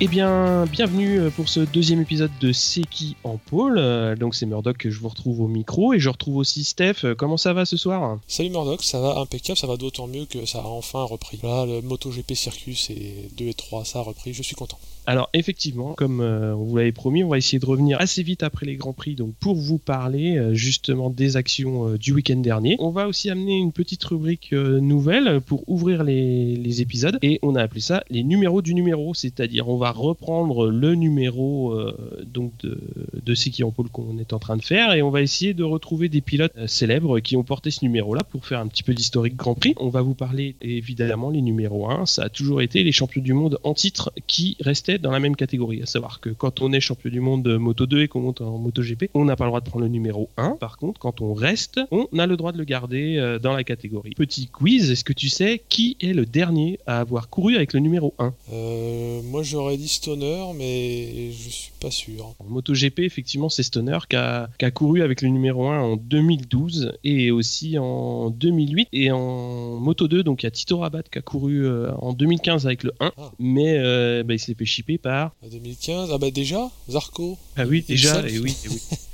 Eh bien, bienvenue pour ce deuxième épisode de C'est qui en pôle. Donc c'est Murdoch que je vous retrouve au micro et je retrouve aussi Steph. Comment ça va ce soir ? Salut Murdoch, ça va impeccable, ça va d'autant mieux que ça a enfin repris. Là, le MotoGP Circus et 2 et 3, ça a repris, je suis content. Alors effectivement, comme on vous l'avait promis, on va essayer de revenir assez vite après les Grands Prix donc pour vous parler justement des actions du week-end dernier. On va aussi amener une petite rubrique nouvelle pour ouvrir les épisodes et on a appelé ça les numéros du numéro, c'est-à-dire on va reprendre le numéro donc de C'est qui en pôle qu'on est en train de faire et on va essayer de retrouver des pilotes célèbres qui ont porté ce numéro-là pour faire un petit peu d'historique Grand Prix. On va vous parler évidemment les numéros 1, ça a toujours été les champions du monde en titre qui restaient dans la même catégorie, à savoir que quand on est champion du monde de Moto 2 et qu'on monte en MotoGP, on n'a pas le droit de prendre le numéro 1. Par contre, quand on reste, on a le droit de le garder dans la catégorie. Petit quiz, est-ce que tu sais qui est le dernier à avoir couru avec le numéro 1 ? Moi j'aurais dit Stoner, mais je suis pas sûr. En MotoGP, effectivement, c'est Stoner qui a couru avec le numéro 1 en 2012 et aussi en 2008. Et en Moto 2, donc il y a Tito Rabat qui a couru en 2015 avec le 1, mais il s'est fait chipper par... 2015, déjà Zarco. Ah oui, déjà, et oui.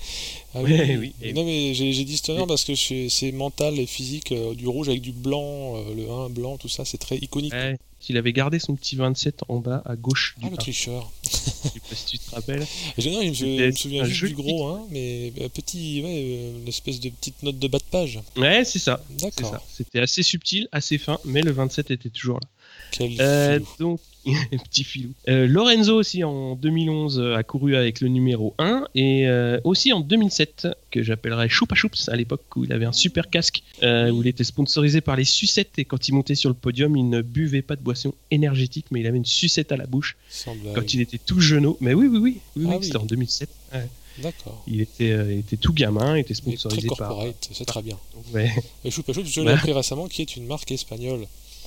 Ah oui, oui. Non mais j'ai dit Stoner parce que c'est mental et physique, du rouge avec du blanc, le 1 blanc, tout ça, c'est très iconique. Ouais. Il avait gardé son petit 27 en bas à gauche du le tricheur. Je sais pas si tu te rappelles. Je me souviens juste du gros 1, mais petit, une espèce de petite note de bas de page. Ouais, c'est ça. D'accord. C'est ça. C'était assez subtil, assez fin, mais le 27 était toujours là. Quel filou. Donc, petit filou. Lorenzo aussi en 2011 a couru avec le numéro 1 et aussi en 2007 que j'appellerais Choupa Choups à l'époque où il avait un super casque où il était sponsorisé par les sucettes et quand il montait sur le podium il ne buvait pas de boisson énergétique mais il avait une sucette à la bouche quand il était tout jeuneau. Mais oui, c'était en 2007. Ouais. D'accord. Il était tout gamin, il était sponsorisé très corporate, c'est très bien. Ouais. Et Choupa Choups, je l'ai appris récemment, qui est une marque espagnole.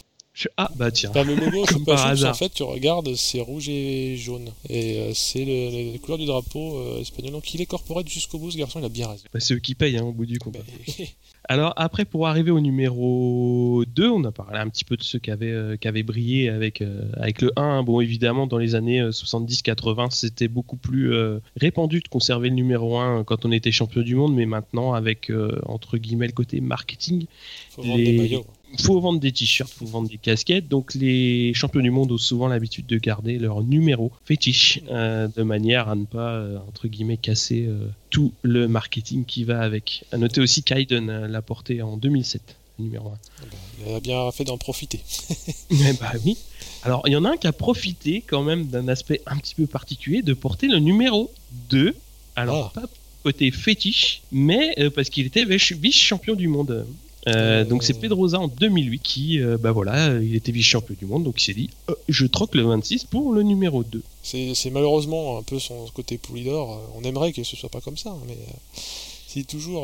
Ah bah tiens. Le logo comme par hasard. En fait, tu regardes, c'est rouge et jaune. Et c'est les couleurs du drapeau espagnol. Donc il est corporate jusqu'au bout, ce garçon, il a bien raison. Bah, c'est eux qui payent au bout du compte. Alors après, pour arriver au numéro 2, on a parlé un petit peu de ceux qui avaient brillé avec le 1. Bon, évidemment, dans les années 70-80, c'était beaucoup plus répandu de conserver le numéro 1 quand on était champion du monde. Mais maintenant, avec, entre guillemets, le côté marketing... Faut vendre des maillots. Faut vendre des t-shirts, faut vendre des casquettes. Donc les champions du monde ont souvent l'habitude de garder leur numéro fétiche de manière à ne pas, entre guillemets, casser tout le marketing qui va avec. À noter aussi qu'Hayden l'a porté en 2007, numéro 1. Il a bien fait d'en profiter. Bah oui. Alors il y en a un qui a profité quand même d'un aspect un petit peu particulier de porter le numéro 2. Alors pas côté fétiche, mais parce qu'il était vice-champion du monde. Donc c'est Pedrosa en 2008 qui, il était vice-champion du monde, donc il s'est dit je troque le 26 pour le numéro 2. C'est malheureusement un peu son côté Poulidor. On aimerait que ce soit pas comme ça, mais c'est toujours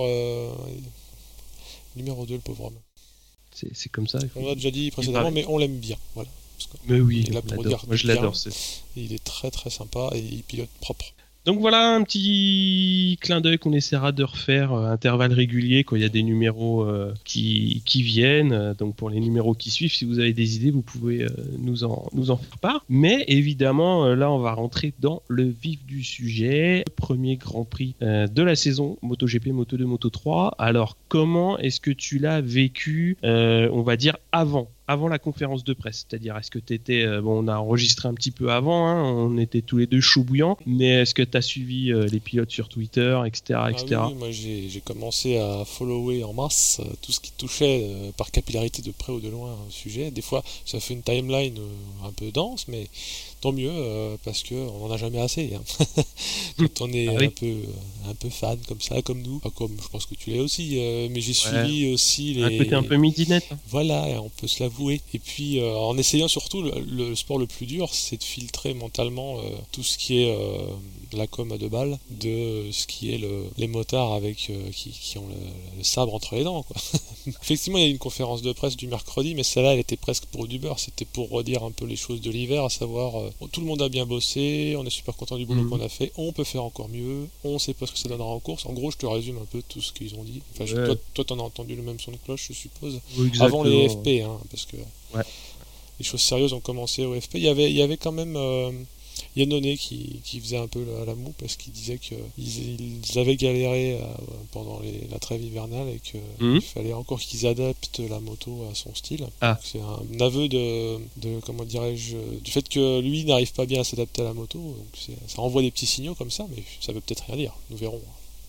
numéro 2 le pauvre homme. C'est comme ça. On l'a déjà dit précédemment, mais on l'aime bien. Voilà. Mais oui, moi je l'adore. Il est très très sympa et il pilote propre. Donc voilà un petit clin d'œil qu'on essaiera de refaire à intervalles réguliers quand il y a des numéros qui viennent. Donc pour les numéros qui suivent, si vous avez des idées, vous pouvez nous en faire part. Mais évidemment, là on va rentrer dans le vif du sujet. Premier Grand Prix de la saison MotoGP, Moto2, Moto3. Alors comment est-ce que tu l'as vécu, on va dire avant la conférence de presse, c'est-à-dire est-ce que t'étais on a enregistré un petit peu avant, on était tous les deux chauds bouillants, mais est-ce que t'as suivi les pilotes sur Twitter, etc. Oui, moi j'ai commencé à follower en masse tout ce qui touchait par capillarité de près ou de loin au sujet. Des fois ça fait une timeline un peu dense, mais tant mieux parce que on en a jamais assez. Quand on est un peu fan comme ça, comme nous, comme je pense que tu l'es aussi, mais j'ai suivi aussi un côté un peu midinette. Voilà, on peut se l'avouer. Et puis en essayant surtout le sport le plus dur, c'est de filtrer mentalement tout ce qui est la com à 2 balles de ce qui est les motards avec qui ont le sabre entre les dents, quoi. Effectivement, il y a eu une conférence de presse du mercredi, mais celle-là, elle était presque pour du beurre. C'était pour redire un peu les choses de l'hiver, à savoir tout le monde a bien bossé, on est super content du boulot qu'on a fait, on peut faire encore mieux, on sait pas ce que ça donnera en course. En gros, je te résume un peu tout ce qu'ils ont dit. Enfin, toi, t'en as entendu le même son de cloche, je suppose. Oui, avant les FP, parce que les choses sérieuses ont commencé au FP. Il y avait quand même Yannone qui faisait un peu la moue parce qu'il disait qu'ils avaient galéré pendant la trêve hivernale et qu'il fallait encore qu'ils adaptent la moto à son style. Donc, c'est un aveu de comment dirais-je, du fait que lui n'arrive pas bien à s'adapter à la moto. Donc ça renvoie des petits signaux comme ça, mais ça veut peut-être rien dire. Nous verrons.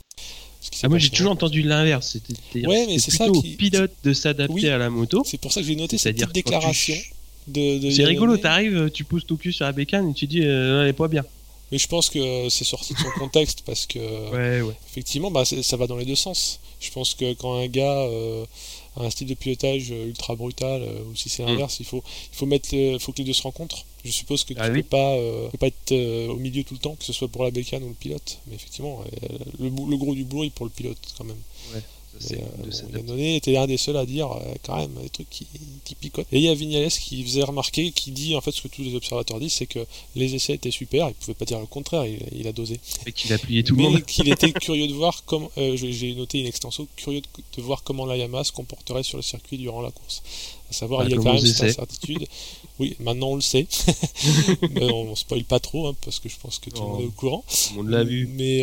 Moi j'ai toujours entendu l'inverse, c'était plutôt au pilote de s'adapter à la moto. C'est pour ça que j'ai noté cette petite déclaration. C'est rigolo, t'arrives, tu poses ton cul sur la bécane et tu dis elle est pas bien. Mais je pense que c'est sorti de son contexte parce que effectivement ça va dans les deux sens. Je pense que quand un gars a un style de pilotage ultra brutal, ou si c'est l'inverse, il faut que les deux se rencontrent. Je suppose que tu peux pas être au milieu tout le temps, que ce soit pour la bécane ou le pilote. Mais effectivement, le gros du boulot est pour le pilote quand même. Ouais. Yannone était un des seuls à dire quand même des trucs qui picotent. Et il y a Vignales qui faisait remarquer, qui dit en fait ce que tous les observateurs disent, c'est que les essais étaient super. Il pouvait pas dire le contraire, il a dosé. Et qu'il a plié tout le monde. Mais qu'il était curieux de voir comment. J'ai noté une extenso, curieux de voir comment la Yamaha se comporterait sur le circuit durant la course. À savoir, il y a quand même cette incertitude. Oui, maintenant on le sait. Mais on spoil pas trop, parce que je pense que tout le monde est au courant. Tout le monde l'a vu. Mais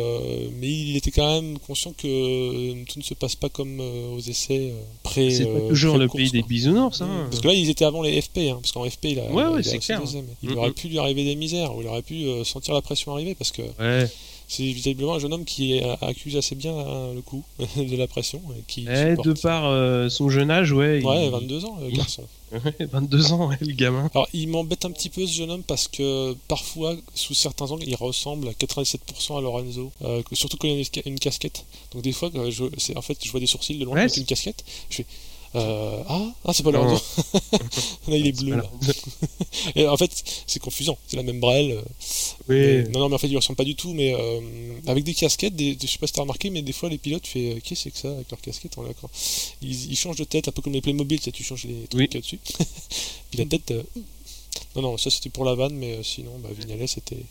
il était quand même conscient que tout ne se passe pas comme aux essais pré. C'est pas toujours le pays des bisounours. Parce que là, ils étaient avant les FP. Parce qu'en FP, il a c'est clair. Il aurait pu lui arriver des misères, ou il aurait pu sentir la pression arriver, parce que. C'est visiblement un jeune homme qui accuse assez bien le coup de la pression. De par son jeune âge, 22 ans, le garçon. 22 ans, le gamin. Alors, il m'embête un petit peu ce jeune homme parce que parfois, sous certains angles, il ressemble à 97% à Lorenzo. Surtout quand il y a une casquette. Donc, des fois, je vois des sourcils de loin avec une casquette. Je fais. C'est pas Lorenzo. Là, il est bleu. Là. Et en fait, c'est confusant. C'est la même brelle. Non, mais en fait, il ressemble pas du tout. Mais avec des casquettes, je sais pas si t'as remarqué, mais des fois, les pilotes font qu'est-ce que c'est que ça avec leurs casquettes? Ils changent de tête, un peu comme les Playmobil, tu changes les trucs là-dessus. Puis la tête. Non, ça c'était pour la vanne, mais sinon, Vignales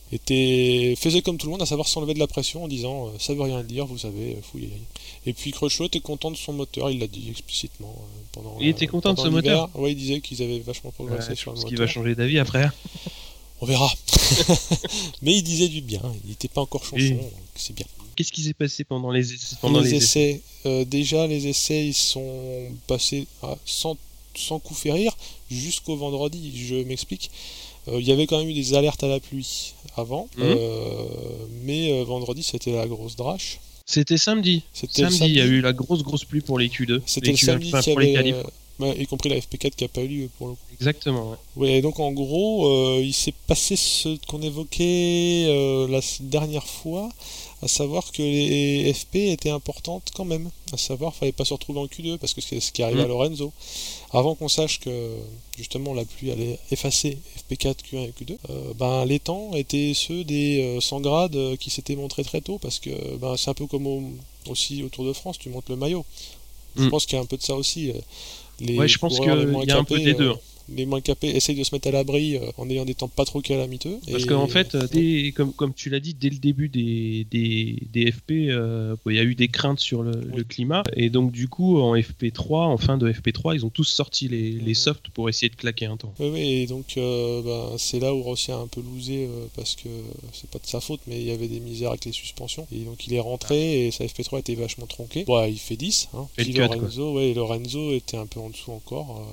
faisait comme tout le monde, à savoir s'enlever de la pression en disant ça veut rien dire, vous savez, fouillez. Et puis Crutchlow était content de son moteur, il l'a dit explicitement pendant. Il était content de son moteur. Ouais, il disait qu'ils avaient vachement progressé sur le moteur. Qu'il va changer d'avis après. On verra. Mais il disait du bien, il n'était pas encore chanson, donc c'est bien. Qu'est-ce qui s'est passé pendant les essais? Les essais, déjà les essais ils sont passés sans coup férir jusqu'au vendredi. Je m'explique. Il y avait quand même eu des alertes à la pluie avant, mais vendredi c'était la grosse drache. C'était samedi. Samedi, il y a eu la grosse pluie pour les Q2. C'était le samedi qu'il y avait, y compris la FP4 qui n'a pas eu lieu pour le coup. Exactement. Ouais, donc en gros, il s'est passé ce qu'on évoquait la dernière fois, à savoir que les FP étaient importantes quand même. À savoir, il ne fallait pas se retrouver en Q2 parce que c'est ce qui arrivait à Lorenzo. Avant qu'on sache que justement la pluie allait effacer FP4, Q1 et Q2, les temps étaient ceux des 100 grades qui s'étaient montrés très tôt parce que c'est un peu comme aussi au Tour de France, tu montes le maillot. Je pense qu'il y a un peu de ça aussi. Je pense qu'il y a un peu des deux. Les moins capés essayent de se mettre à l'abri en ayant des temps pas trop calamiteux. Parce qu'en fait, comme tu l'as dit, dès le début des FP, il y a eu des craintes sur le climat. Et donc, du coup, en fin de FP3, ils ont tous sorti les softs pour essayer de claquer un temps. Oui, et donc, c'est là où Rossi a un peu loosé, parce que c'est pas de sa faute, mais il y avait des misères avec les suspensions. Et donc, il est rentré et sa FP3 était vachement tronquée. Il fait 10. Puis Lorenzo était un peu en dessous encore.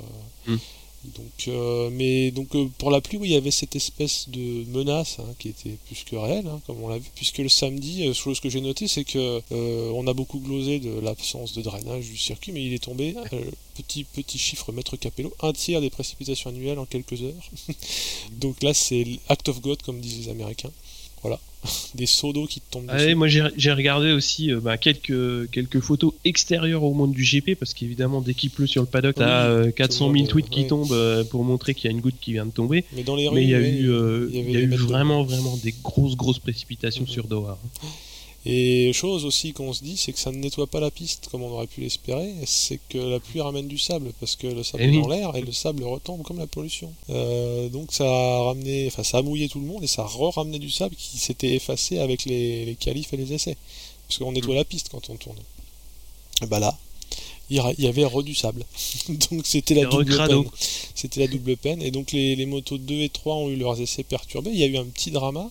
Donc, pour la pluie, il y avait cette espèce de menace qui était plus que réelle, comme on l'a vu, puisque le samedi, chose que j'ai noté, c'est que on a beaucoup glosé de l'absence de drainage du circuit, mais il est tombé, petit chiffre maître Capello, 1/3 des précipitations annuelles en quelques heures. Donc là, c'est act of God, comme disent les Américains. Voilà. Des seaux d'eau qui te tombent dessus. Moi j'ai regardé aussi quelques photos extérieures au monde du GP parce qu'évidemment dès qu'il pleut sur le paddock t'as 400 000 tweets qui tombent pour montrer qu'il y a une goutte qui vient de tomber. Mais dans les rues, il y a eu vraiment des grosses précipitations sur Doha. Et chose aussi qu'on se dit, c'est que ça ne nettoie pas la piste comme on aurait pu l'espérer, c'est que la pluie ramène du sable, parce que le sable est dans l'air et le sable retombe comme la pollution. Donc ça a mouillé tout le monde et ça a ramené du sable qui s'était effacé avec les qualifs et les essais. Parce qu'on nettoie la piste quand on tourne. Et là, il y avait du sable. Donc c'était la double peine. C'était la double peine. Et donc les motos 2 et 3 ont eu leurs essais perturbés. Il y a eu un petit drama,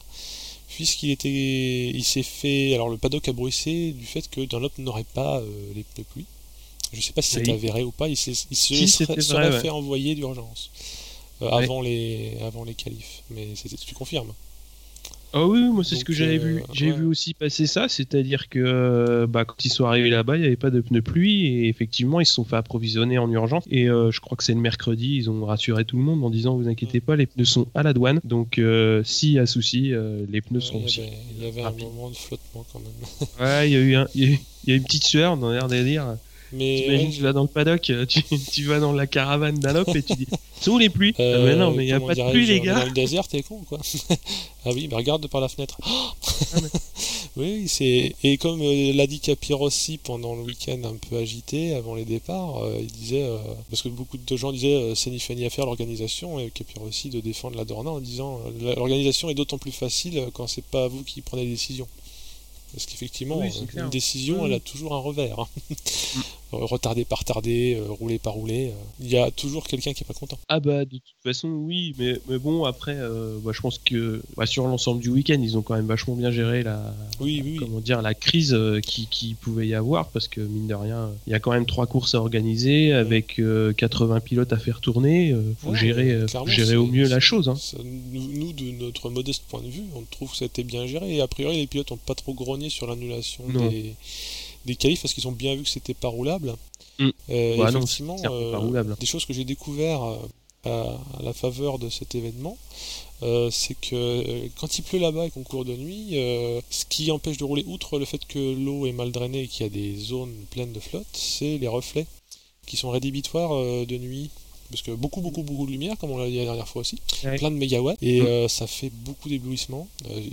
il s'est fait... Alors le paddock a bruissé du fait que Dunlop n'aurait pas les pneus pluie. Je ne sais pas si c'est avéré ou pas. Il se serait fait envoyer d'urgence avant les qualifs. Mais tu confirmes? Ah oui, moi c'est ce que j'avais vu. J'ai vu aussi passer ça, c'est-à-dire que quand ils sont arrivés là-bas, il n'y avait pas de pneus pluie et effectivement ils se sont fait approvisionner en urgence. Et je crois que c'est le mercredi, ils ont rassuré tout le monde en disant vous inquiétez pas, les pneus sont à la douane. Donc s'il y a souci, les pneus seront aussi. Il y avait un moment de flottement quand même. Ouais, il y a une petite sueur dans l'air de dire. Mais t'imagines, tu vas dans le paddock, tu vas dans la caravane d'Allop et tu dis sont où les pluies mais non, mais il n'y a pas de pluie, les gars. Dans le désert, t'es con, quoi. Ah oui, mais regarde par la fenêtre. Oui, et comme l'a dit Capirossi pendant le week-end un peu agité avant les départs, il disait, parce que beaucoup de gens disaient c'est ni fait ni à faire l'organisation, et Capirossi de défendre la Dorna en disant l'organisation est d'autant plus facile quand c'est pas vous qui prenez les décisions. Parce qu'effectivement, une décision, elle a toujours un revers. Retardé par tardé, roulé par roulé, il y a toujours quelqu'un qui est pas content. Ah bah de toute façon oui, mais bon après, je pense que sur l'ensemble du week-end, ils ont quand même vachement bien géré la crise qui pouvait y avoir, parce que mine de rien, il y a quand même 3 courses à organiser avec 80 pilotes à faire tourner. Faut gérer au mieux la chose. Hein. Nous, de notre modeste point de vue, on trouve que ça a été bien géré, et a priori les pilotes n'ont pas trop grogné sur l'annulation des qualifs parce qu'ils ont bien vu que c'était pas roulable. Effectivement, pas roulable. Des choses que j'ai découvert à la faveur de cet événement, c'est que quand il pleut là-bas et qu'on court de nuit, ce qui empêche de rouler, outre le fait que l'eau est mal drainée et qu'il y a des zones pleines de flotte, c'est les reflets qui sont rédhibitoires de nuit. Parce que beaucoup de lumière, comme on l'a dit la dernière fois aussi, plein de mégawatts, et ça fait beaucoup d'éblouissement.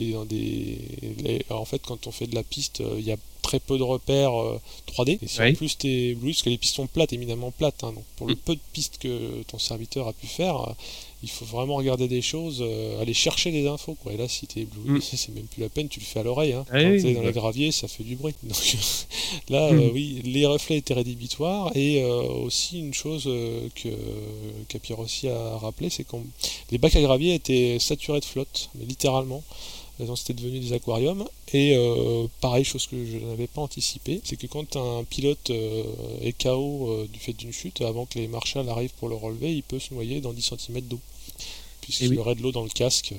En fait, quand on fait de la piste, il y a très peu de repères 3D, et si en plus t'es ébloui, parce que les pistes sont plates, éminemment plates, hein, donc pour le peu de pistes que ton serviteur a pu faire, il faut vraiment regarder des choses, aller chercher des infos, quoi. Et là, si t'es ébloui, c'est même plus la peine, tu le fais à l'oreille, hein. Quand t'es dans les graviers, ça fait du bruit. Donc là, oui, les reflets étaient rédhibitoires, et aussi une chose que Capirossi a rappelé, c'est que les bacs à gravier étaient saturés de flotte, mais littéralement. C'était devenu des aquariums, et pareil, chose que je n'avais pas anticipé, c'est que quand un pilote est KO du fait d'une chute, avant que les marshals arrivent pour le relever, il peut se noyer dans 10 cm d'eau, puisqu'il y aurait de l'eau dans le casque.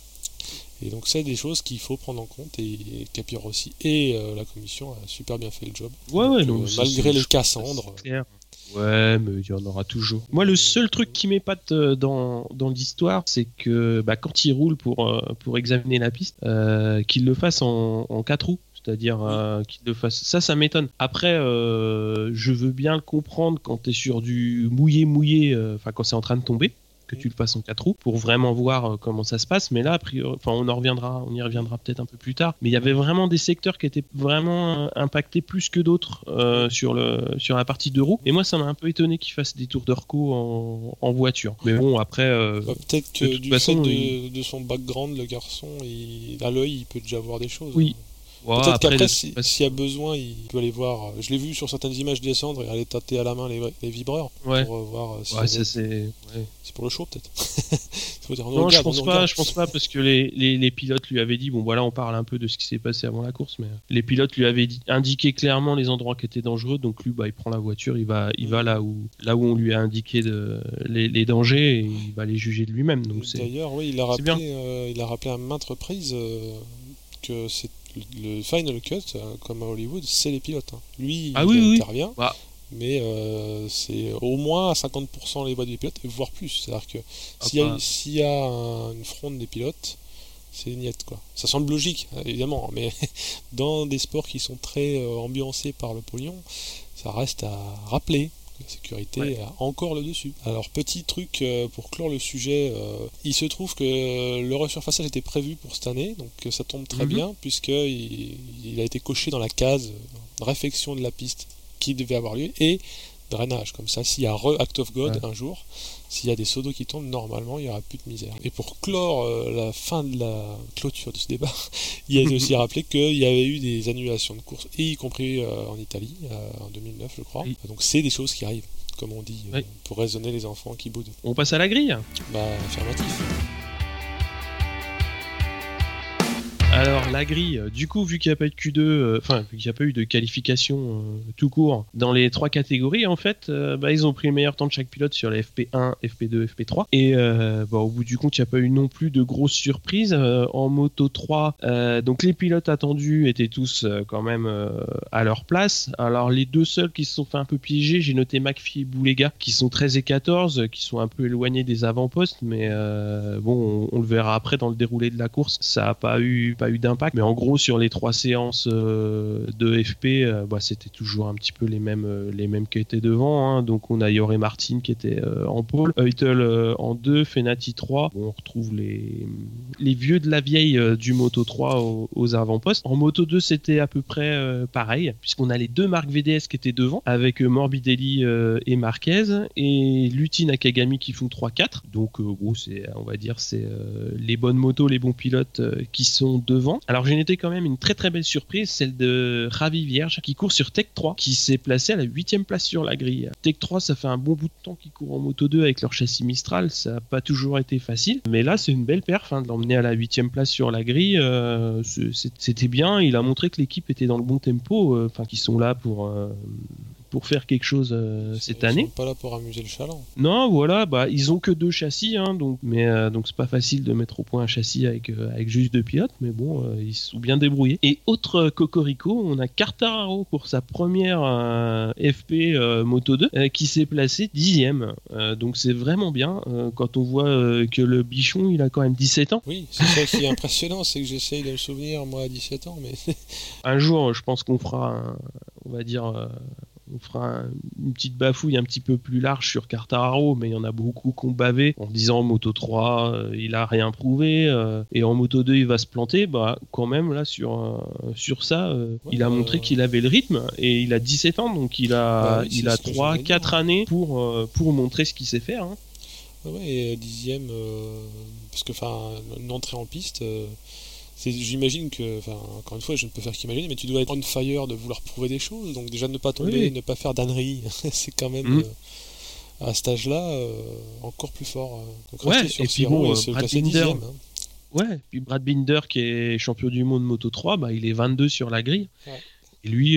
Et donc c'est des choses qu'il faut prendre en compte, et Capirossi et la commission a super bien fait le job. Malgré les Cassandres. Ouais, mais il y en aura toujours. Moi, le seul truc qui m'épate dans l'histoire, c'est que quand il roule pour examiner la piste, qu'il le fasse en 4 roues. C'est-à-dire qu'il le fasse. Ça m'étonne. Après, je veux bien le comprendre quand t'es sur du mouillé, quand c'est en train de tomber, que tu le passes en 4 roues pour vraiment voir comment ça se passe. Mais là, a priori, on y reviendra peut-être un peu plus tard. Mais il y avait vraiment des secteurs qui étaient vraiment impactés plus que d'autres sur la partie 2 roues. Et moi, ça m'a un peu étonné qu'il fasse des tours de reco en voiture. Mais bon, après, peut-être que du fait de son background, le garçon, à l'œil, il peut déjà voir des choses. Oui. Peut-être qu'après, s'il y a besoin, il peut aller voir. Je l'ai vu sur certaines images descendre et aller tâter à la main les vibreurs pour voir si c'est pour le show, peut-être. Non, je pense pas, parce que les pilotes lui avaient dit, bon voilà, on parle un peu de ce qui s'est passé avant la course, mais les pilotes lui avaient indiqué clairement les endroits qui étaient dangereux, donc lui, il prend la voiture, il va là où on lui a indiqué les dangers, et il va les juger de lui-même. Donc d'ailleurs, oui, il a rappelé à maintes reprises que c'est le final cut, comme à Hollywood, c'est les pilotes. Hein. Lui, il intervient, mais c'est au moins à 50% les voix des pilotes, voire plus. C'est-à-dire que s'il y a une fronde des pilotes, c'est niette, quoi. Ça semble logique, évidemment, mais dans des sports qui sont très ambiancés par le pognon, ça reste à rappeler. La sécurité a encore le dessus. Alors, petit truc pour clore le sujet, il se trouve que le resurfaçage était prévu pour cette année, donc ça tombe très bien, puisqu'il a été coché dans la case réfection de la piste qui devait avoir lieu, et drainage. Comme ça, s'il y a Act of God un jour, s'il y a des seaux d'eau qui tombent, normalement, il n'y aura plus de misère. Et pour clore la fin de la clôture de ce débat, il a aussi rappelé qu'il y avait eu des annulations de courses, et y compris en Italie, en 2009, je crois. Oui. Donc c'est des choses qui arrivent, comme on dit, pour raisonner les enfants qui boudent. On passe à la grille. Affirmatif. Alors la grille, du coup, vu qu'il n'y a pas eu de Q2, vu qu'il n'y a pas eu de qualification tout court dans les 3 catégories, en fait, ils ont pris le meilleur temps de chaque pilote sur les FP1, FP2, FP3. Et au bout du compte, il n'y a pas eu non plus de grosses surprises. En Moto 3, donc les pilotes attendus étaient tous quand même à leur place. Alors les 2 seuls qui se sont fait un peu piéger, j'ai noté McPhee et Boulega, qui sont 13 et 14, qui sont un peu éloignés des avant-postes, mais on le verra après dans le déroulé de la course. Ça n'a pas eu d'impact, mais en gros sur les 3 séances de FP, c'était toujours un petit peu les mêmes qui étaient devant, hein. Donc on a Jorge Martin qui était en pole, Eutel en 2, Fenati 3. On retrouve les vieux de la vieille du Moto 3 aux avant-postes. En Moto 2 c'était à peu près pareil, puisqu'on a les 2 marques VDS qui étaient devant, avec Morbidelli et Marquez, et Lutti Nakagami qui font 3-4. Donc gros, c'est les bonnes motos, les bons pilotes qui sont devant. Alors j'ai noté quand même une très très belle surprise, celle de Ravi Vierge qui court sur Tech 3, qui s'est placé à la 8ème place sur la grille. Tech 3, ça fait un bon bout de temps qu'ils courent en Moto 2 avec leur châssis Mistral, ça n'a pas toujours été facile, mais là c'est une belle perf, de l'emmener à la 8ème place sur la grille. C'était bien, il a montré que l'équipe était dans le bon tempo, qu'ils sont là pour faire quelque chose cette année. Ils sont pas là pour amuser le chaland. Non, voilà, ils ont que 2 châssis, donc c'est pas facile de mettre au point un châssis avec juste 2 pilotes, mais bon, ils se sont bien débrouillés. Et autre cocorico, on a Quartararo pour sa première FP Moto 2 qui s'est placé 10ème. Donc c'est vraiment bien quand on voit que le bichon, il a quand même 17 ans. Oui, c'est ça qui est impressionnant, c'est que j'essaye de me souvenir, moi, à 17 ans, mais... Un jour, je pense qu'on fera, on fera une petite bafouille un petit peu plus large sur Quartararo, mais il y en a beaucoup qui ont bavé en disant Moto 3 il a rien prouvé, et en Moto 2 il va se planter. Quand même là sur ça, il a montré qu'il avait le rythme, et il a 17 ans, donc il a 3-4 années pour montrer ce qu'il sait faire, hein. Ouais, et 10ème, parce que une entrée en piste, j'imagine que, encore une fois, je ne peux faire qu'imaginer, mais tu dois être on fire de vouloir prouver des choses, donc déjà ne pas tomber, ne pas faire d'ânerie, c'est quand même à cet âge-là encore plus fort. Donc rester sur ce héros et se placer 10ème. Ouais, puis Brad Binder qui est champion du monde Moto 3, il est 22 sur la grille. Ouais. Et lui,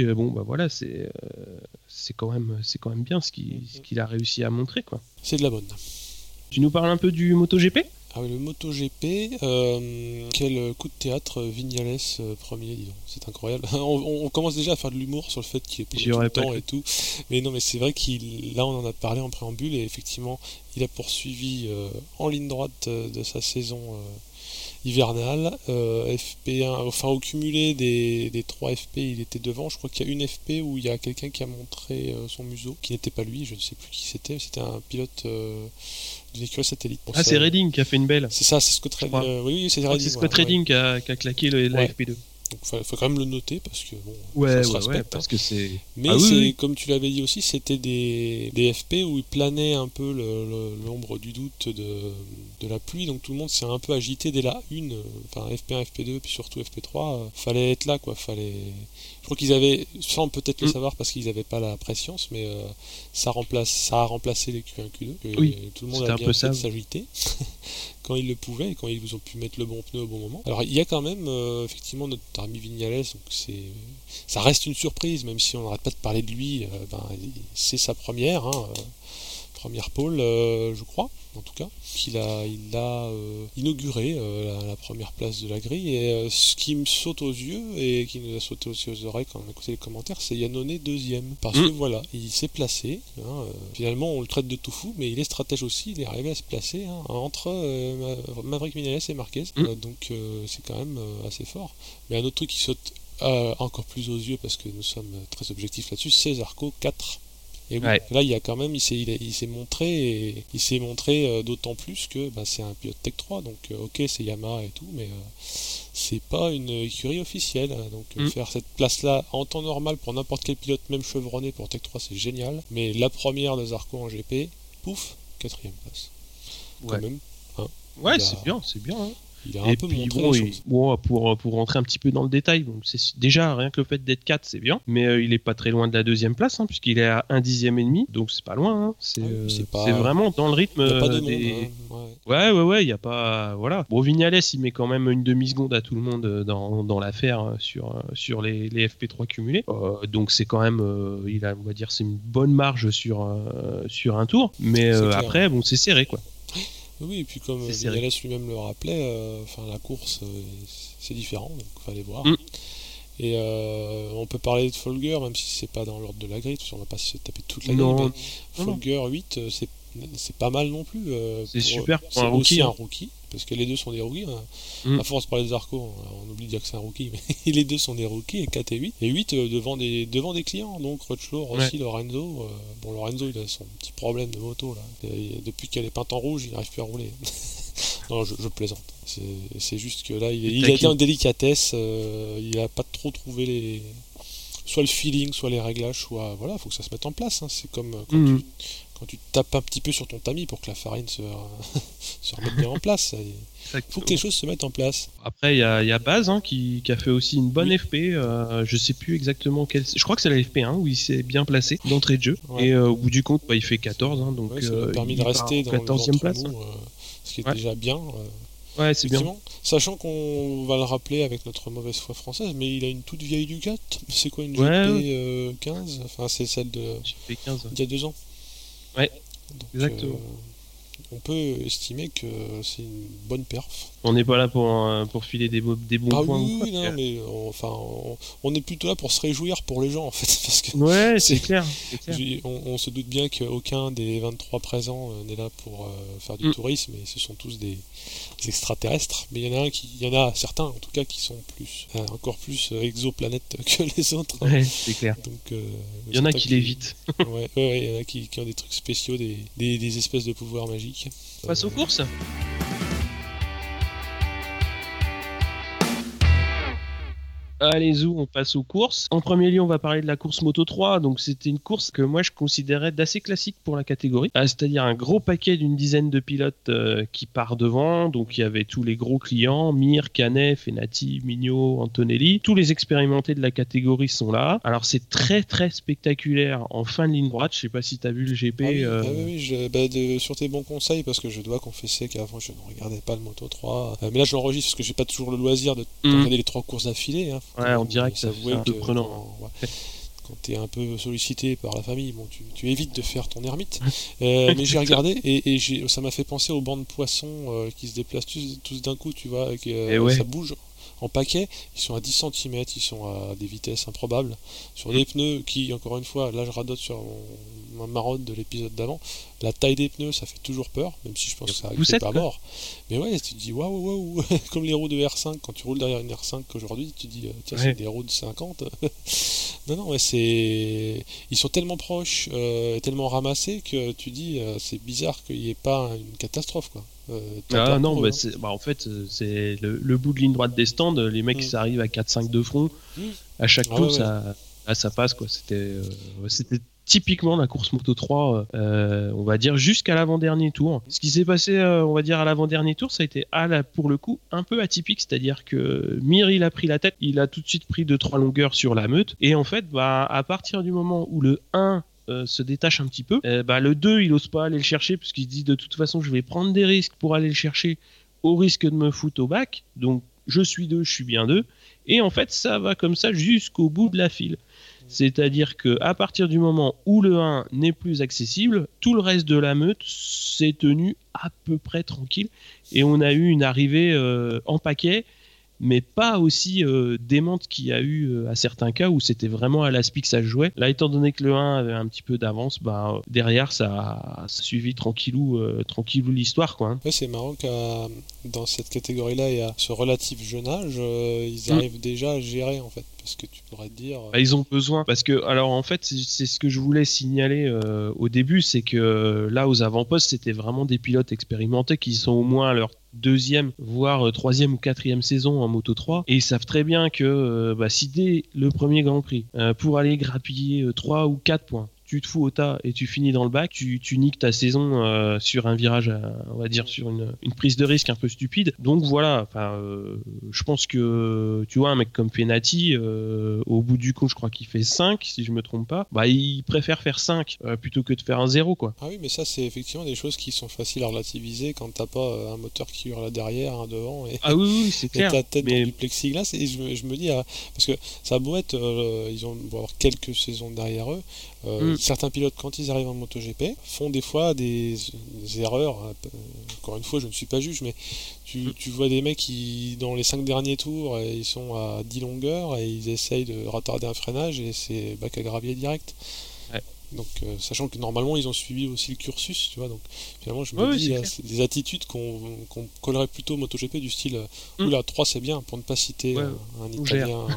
c'est quand même bien ce qu'il a réussi à montrer, quoi. C'est de la bonne. Tu nous parles un peu du MotoGP ? Ah oui, le MotoGP, quel coup de théâtre, Vignales premier, dis donc, c'est incroyable. On commence déjà à faire de l'humour sur le fait qu'il est pour tout le temps et tout, mais non, mais c'est vrai là on en a parlé en préambule, et effectivement il a poursuivi en ligne droite de sa saison hivernale, FP1, au cumulé des 3 FP il était devant. Je crois qu'il y a une FP où il y a quelqu'un qui a montré son museau, qui n'était pas lui, je ne sais plus qui c'était un pilote d'une écurie satellite. C'est Redding qui a fait une belle. C'est ça, c'est Scott Redding. Oui, c'est Redding. C'est Scott Redding qui a claqué la FP2. Donc faut quand même le noter, parce que ça se respecte, parce que c'est... Mais comme tu l'avais dit aussi, c'était des FP où il planait un peu l'ombre du doute de la pluie, donc tout le monde s'est un peu agité dès la une, FP1, FP2, puis surtout FP3, fallait être là, quoi, je crois qu'ils avaient, sans peut-être le savoir parce qu'ils n'avaient pas la prescience, mais ça a remplacé les Q1, Q2, tout le monde a bien fait de s'agiter quand ils le pouvaient, et quand ils ont pu mettre le bon pneu au bon moment. Alors il y a quand même effectivement notre ami Vignales, donc ça reste une surprise, même si on n'arrête pas de parler de lui, c'est sa première pole, je crois, en tout cas, il a inauguré la première place de la grille, et ce qui me saute aux yeux, et qui nous a sauté aussi aux oreilles quand on a écouté les commentaires, c'est Iannone deuxième, parce que voilà, il s'est placé, finalement on le traite de tout fou, mais il est stratège aussi, il est arrivé à se placer entre Maverick Viñales et Marquez, donc c'est quand même assez fort. Mais un autre truc qui saute encore plus aux yeux, parce que nous sommes très objectifs là-dessus, c'est Zarco 4. Et oui, Ouais. là, il y a quand même, il s'est montré, et il s'est montré d'autant plus que c'est un pilote Tech 3, donc ok, c'est Yamaha et tout, mais c'est pas une écurie officielle. Donc faire cette place-là en temps normal pour n'importe quel pilote, même chevronné pour Tech 3, c'est génial. Mais la première de Zarco en GP, pouf, 4ème place. Ouais. Quand même. Hein. Ouais, c'est bien, c'est bien. Hein. Il a Et un peu puis montré bon, les choses. pour rentrer un petit peu dans le détail, donc c'est déjà rien que le fait d'être 4, c'est bien, mais il est pas très loin de la 2e place, hein, puisqu'il est à 1 dixième et demi, donc c'est pas loin. Hein. C'est vraiment dans le rythme. Il n'y a pas de des... monde. Hein. Ouais, il y a pas, voilà. Bon, Vignales, il met quand même une demi-seconde à tout le monde dans l'affaire sur les FP3 cumulés, donc c'est quand même, il a, on va dire, c'est une bonne marge sur un tour, mais après, bon, c'est serré quoi. Oui, et puis comme Vignales lui-même le rappelait, la course, c'est différent, donc il fallait voir. Et on peut parler de Folger, même si c'est pas dans l'ordre de la grille, parce qu'on va pas se taper toute la grille, mais Folger 8, c'est pas mal non plus. C'est super pour c'est un rookie. Aussi un rookie, parce que les deux sont des rookies. À force de parler de Zarco, on oublie de dire que c'est un rookie, mais les deux sont des rookies, et 4 et 8. Et 8 devant des clients, donc Crutchlow, Rossi, Lorenzo. Lorenzo, il a son petit problème de moto, là. Depuis qu'elle est peinte en rouge, il n'arrive plus à rouler. Non, je plaisante. C'est juste que là, il a été en délicatesse, il a pas trop trouvé soit le feeling, soit les réglages, soit voilà, faut que ça se mette en place. Hein. C'est comme quand tu tapes un petit peu sur ton tamis pour que la farine se remette bien en place. Il faut que les choses se mettent en place. Après, il y a Baz qui a fait aussi une bonne FP. Je sais plus exactement quelle. Je crois que c'est la FP1 où il s'est bien placé d'entrée de jeu. Ouais. Et au bout du compte, il fait 14. Hein, donc ça lui a permis de rester dans 14e place. Ce qui est déjà bien. Ouais, c'est bien. Sachant qu'on va le rappeler avec notre mauvaise foi française, mais il a une toute vieille Ducat. C'est quoi une GP 15 ? Enfin, c'est celle de GP 15. Il y a 2 ans. Ouais, donc, exactement. On peut estimer que c'est une bonne perf. On n'est pas là pour filer des bons points. Oui, non, mais on est plutôt là pour se réjouir pour les gens, en fait. Parce que ouais, c'est clair. On se doute bien qu'aucun des 23 présents n'est là pour faire du tourisme, et ce sont tous des extraterrestres. Mais il y en a certains, en tout cas, qui sont encore plus exoplanètes que les autres. Ouais, c'est clair. Donc, il y en a qui l'évitent. ouais, il y en a qui ont des trucs spéciaux, des espèces de pouvoirs magiques. On passe aux courses. Allez, Zou, on passe aux courses. En premier lieu, on va parler de la course Moto 3. Donc, c'était une course que moi, je considérais d'assez classique pour la catégorie. C'est-à-dire un gros paquet d'une dizaine de pilotes qui part devant. Donc, il y avait tous les gros clients, Mir, Canet, Fenati, Mignot, Antonelli. Tous les expérimentés de la catégorie sont là. Alors, c'est très, très spectaculaire en fin de ligne droite. Je sais pas si tu as vu le GP. Oui, sur tes bons conseils, parce que je dois confesser qu'avant, je ne regardais pas le Moto 3. Mais là, je l'enregistre parce que j'ai pas toujours le loisir de regarder les 3 courses d'affilée. Hein. Ouais, on dirait que ça fait un peu prenant. Quand tu es un peu sollicité par la famille, bon, tu évites de faire ton ermite. Mais j'ai regardé et ça m'a fait penser aux bancs de poissons qui se déplacent tous d'un coup, tu vois, ça bouge en paquet. Ils sont à 10 cm, ils sont à des vitesses improbables. Sur des pneus qui, encore une fois, là je radote sur ma marotte de l'épisode d'avant, la taille des pneus, ça fait toujours peur, même si je pense que ça c'est pas mort. Mais ouais, tu te dis waouh, comme les roues de R5, quand tu roules derrière une R5 aujourd'hui, tu te dis tiens, c'est des roues de 50. non, ils sont tellement proches, tellement ramassés que tu dis c'est bizarre qu'il n'y ait pas une catastrophe, quoi. Non, en fait, c'est le bout de ligne droite des stands, les mecs, ça arrive à 4-5 de front. À chaque tour, ça passe, quoi. C'était typiquement la course Moto 3, on va dire, jusqu'à l'avant-dernier tour. Ce qui s'est passé, on va dire, à l'avant-dernier tour, ça a été, pour le coup, un peu atypique, c'est-à-dire que Mir, il a pris la tête, il a tout de suite pris 2-3 longueurs sur la meute, et en fait, à partir du moment où le 1 se détache un petit peu, le 2 il ose pas aller le chercher parce qu'il se dit de toute façon je vais prendre des risques pour aller le chercher au risque de me foutre au bac, donc je suis bien 2, et en fait ça va comme ça jusqu'au bout de la file. C'est-à-dire que à partir du moment où le 1 n'est plus accessible, tout le reste de la meute s'est tenu à peu près tranquille, et on a eu une arrivée en paquet. mais pas aussi démente qu'il y a eu à certains cas où c'était vraiment à l'aspi que ça se jouait. Là, étant donné que le 1 avait un petit peu d'avance, derrière ça a suivi tranquillou l'histoire, quoi. Ouais, c'est marrant qu'à dans cette catégorie-là et à ce relatif jeune âge, ils arrivent déjà à gérer en fait, parce que tu pourrais te dire. Ils ont besoin, parce que alors en fait c'est ce que je voulais signaler au début, c'est que là aux avant-postes c'était vraiment des pilotes expérimentés qui sont au moins à leur deuxième, voire troisième ou quatrième saison en Moto 3, et ils savent très bien que si dès le premier Grand Prix, pour aller grappiller 3 ou 4 points, tu te fous au tas et tu finis dans le bac, tu niques ta saison sur un virage, on va dire sur une prise de risque un peu stupide. Donc voilà, je pense que tu vois un mec comme Fenati, au bout du compte je crois qu'il fait 5 si je me trompe pas, il préfère faire 5 plutôt que de faire un 0 quoi. Ah oui, mais ça c'est effectivement des choses qui sont faciles à relativiser quand t'as pas un moteur qui hurle derrière, un devant et, ah oui c'est clair, ta tête dans du plexiglas, et je me dis parce que ça a beau être ils vont avoir quelques saisons derrière eux, certains pilotes, quand ils arrivent en MotoGP, font des fois des erreurs. Encore une fois, je ne suis pas juge, mais tu vois des mecs qui, dans les 5 derniers tours, ils sont à 10 longueurs et ils essayent de retarder un freinage et c'est bac à gravier direct. Ouais. Donc, sachant que normalement ils ont suivi aussi le cursus, tu vois, donc finalement je me dis, c'est des attitudes qu'on collerait plutôt au MotoGP du style oula, 3 c'est bien, pour ne pas citer un Italien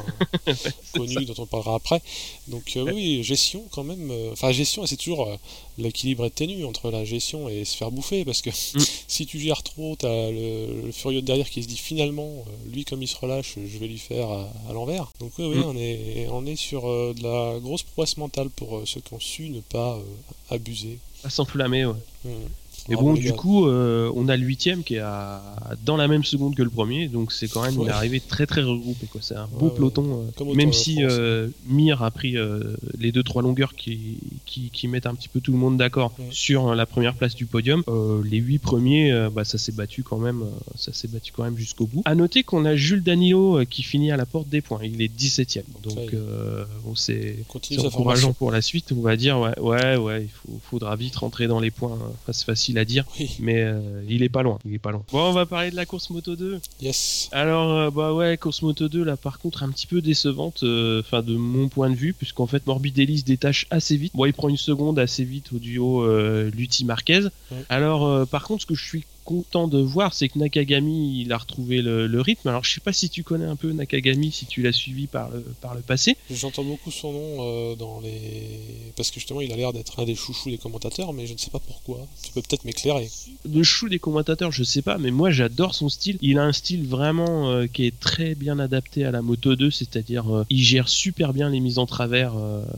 connu dont on parlera après. Donc oui, gestion quand même, gestion, et c'est toujours l'équilibre est ténu entre la gestion et se faire bouffer, parce que si tu gères trop, t'as le furieux de derrière qui se dit finalement, lui comme il se relâche, je vais lui faire à l'envers. Donc oui, on est sur de la grosse prouesse mentale pour ceux qui ont su ne pas abuser. Pas s'enflammer, ouais. Mais bon, du coup, on a le 8ème qui est dans la même seconde que le premier, donc c'est quand même une arrivée très très regroupée, quoi. C'est un beau peloton, même si Mir a pris les 2-3 longueurs qui mettent un petit peu tout le monde d'accord sur la première place du podium. Les 8 premiers, ça s'est battu quand même jusqu'au bout. À noter qu'on a Jules Danilo qui finit à la porte des points, il est 17ème, donc c'est encourageant pour la suite, on va dire. Ouais, il faudra vite rentrer dans les points, c'est facile à dire, mais il est pas loin. Bon, on va parler de la course Moto 2. Yes. Alors course Moto 2 là par contre un petit peu décevante, de mon point de vue, puisqu'en fait Morbidelli se détache assez vite. Bon, il prend une seconde assez vite au duo Lutti Marquez. Alors par contre ce que je suis content de voir, c'est que Nakagami il a retrouvé le rythme. Alors je sais pas si tu connais un peu Nakagami, si tu l'as suivi par le passé. J'entends beaucoup son nom parce que justement il a l'air d'être un des chouchous des commentateurs, mais je ne sais pas pourquoi. Tu peux peut-être m'éclairer. Le chou des commentateurs, je sais pas, mais moi j'adore son style. Il a un style vraiment qui est très bien adapté à la Moto 2, c'est-à-dire il gère super bien les mises en travers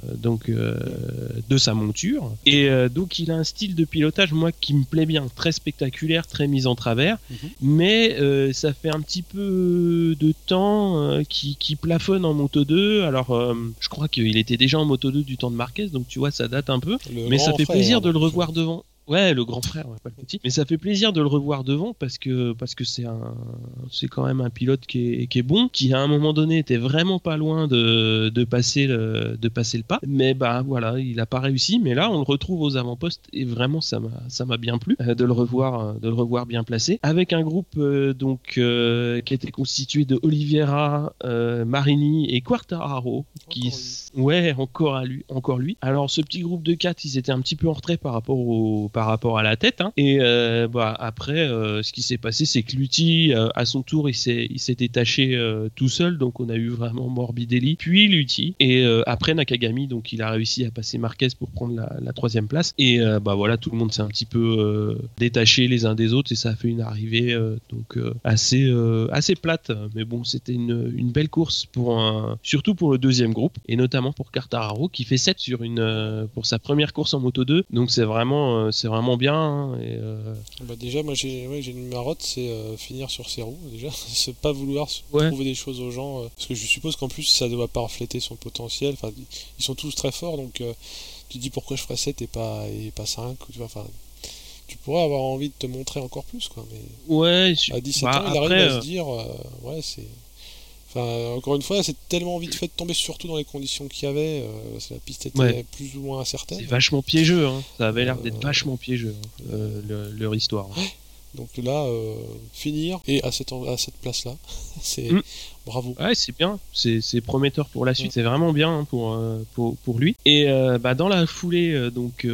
de sa monture, et donc il a un style de pilotage moi qui me plaît bien, très spectaculaire, très mise en travers, mais ça fait un petit peu de temps qui plafonne en Moto 2. Alors je crois qu'il était déjà en Moto 2 du temps de Marquez, donc tu vois ça date un peu, mais ça fait plaisir de le revoir devant. Ouais, le grand frère, pas le petit. Mais ça fait plaisir de le revoir devant parce que c'est quand même un pilote qui est bon, qui à un moment donné était vraiment pas loin de passer le pas. Mais voilà, il a pas réussi. Mais là, on le retrouve aux avant-postes et vraiment ça m'a bien plu de le revoir bien placé, avec un groupe qui était constitué de Oliveira, Marini et Quartararo. Encore lui. Alors ce petit groupe de 4, ils étaient un petit peu en retrait par rapport à la tête, hein. Et après ce qui s'est passé, c'est que Lutti à son tour il s'est détaché tout seul, donc on a eu vraiment Morbidelli puis Lutti, et après Nakagami, donc il a réussi à passer Marquez pour prendre la 3e place, et voilà, tout le monde s'est un petit peu détaché les uns des autres, et ça a fait une arrivée assez plate, mais bon, c'était une belle course surtout pour le deuxième groupe, et notamment pour Quartararo qui fait 7 pour sa première course en Moto 2, donc c'est vraiment bien, hein, et déjà moi j'ai une marotte, c'est finir sur ses roues déjà. C'est pas vouloir trouver des choses aux gens, parce que je suppose qu'en plus ça doit pas refléter son potentiel. Enfin, ils sont tous très forts, donc tu te dis pourquoi je ferais 7 et pas 5, tu vois. Enfin, tu pourrais avoir envie de te montrer encore plus, quoi, mais à 17 ans il arrive à se dire c'est... Enfin, encore une fois, c'est tellement vite fait de tomber, surtout dans les conditions qu'il y avait. La piste était plus ou moins incertaine. C'est vachement piégeux, hein. Ça avait l'air d'être vachement piégeux, leur histoire. Donc là, finir et à cette place-là, c'est bravo. Ouais, c'est bien, c'est prometteur pour la suite, c'est vraiment bien hein, pour lui. Et dans la foulée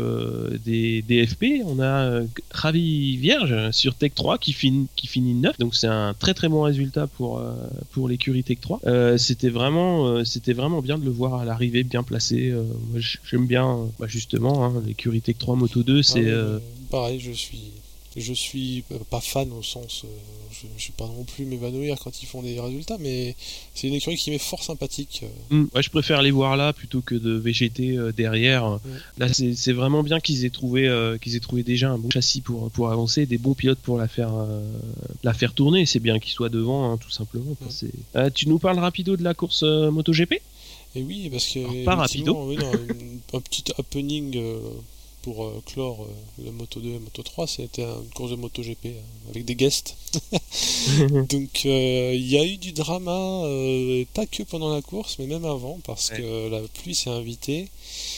des FP, on a Ravi Vierge sur Tech 3 qui finit 9, donc c'est un très très bon résultat pour l'écurie Tech 3. C'était vraiment bien de le voir à l'arrivée bien placé. Moi, j'aime bien justement hein, l'écurie Tech 3 Moto 2, c'est pareil, je suis pas fan au sens je vais pas non plus m'évanouir quand ils font des résultats, mais c'est une écurie qui m'est fort sympathique. Ouais, je préfère les voir là plutôt que de végéter derrière. Là c'est vraiment bien qu'ils aient trouvé déjà un bon châssis pour avancer, des bons pilotes pour la faire tourner. C'est bien qu'ils soient devant hein, tout simplement. Tu nous parles rapido de la course MotoGP? Et oui, parce que pas rapido. Un petit happening pour clore le Moto 2 et Moto 3, c'était une course de MotoGP avec des guests. Donc il y a eu du drama, pas que pendant la course, mais même avant, parce que la pluie s'est invitée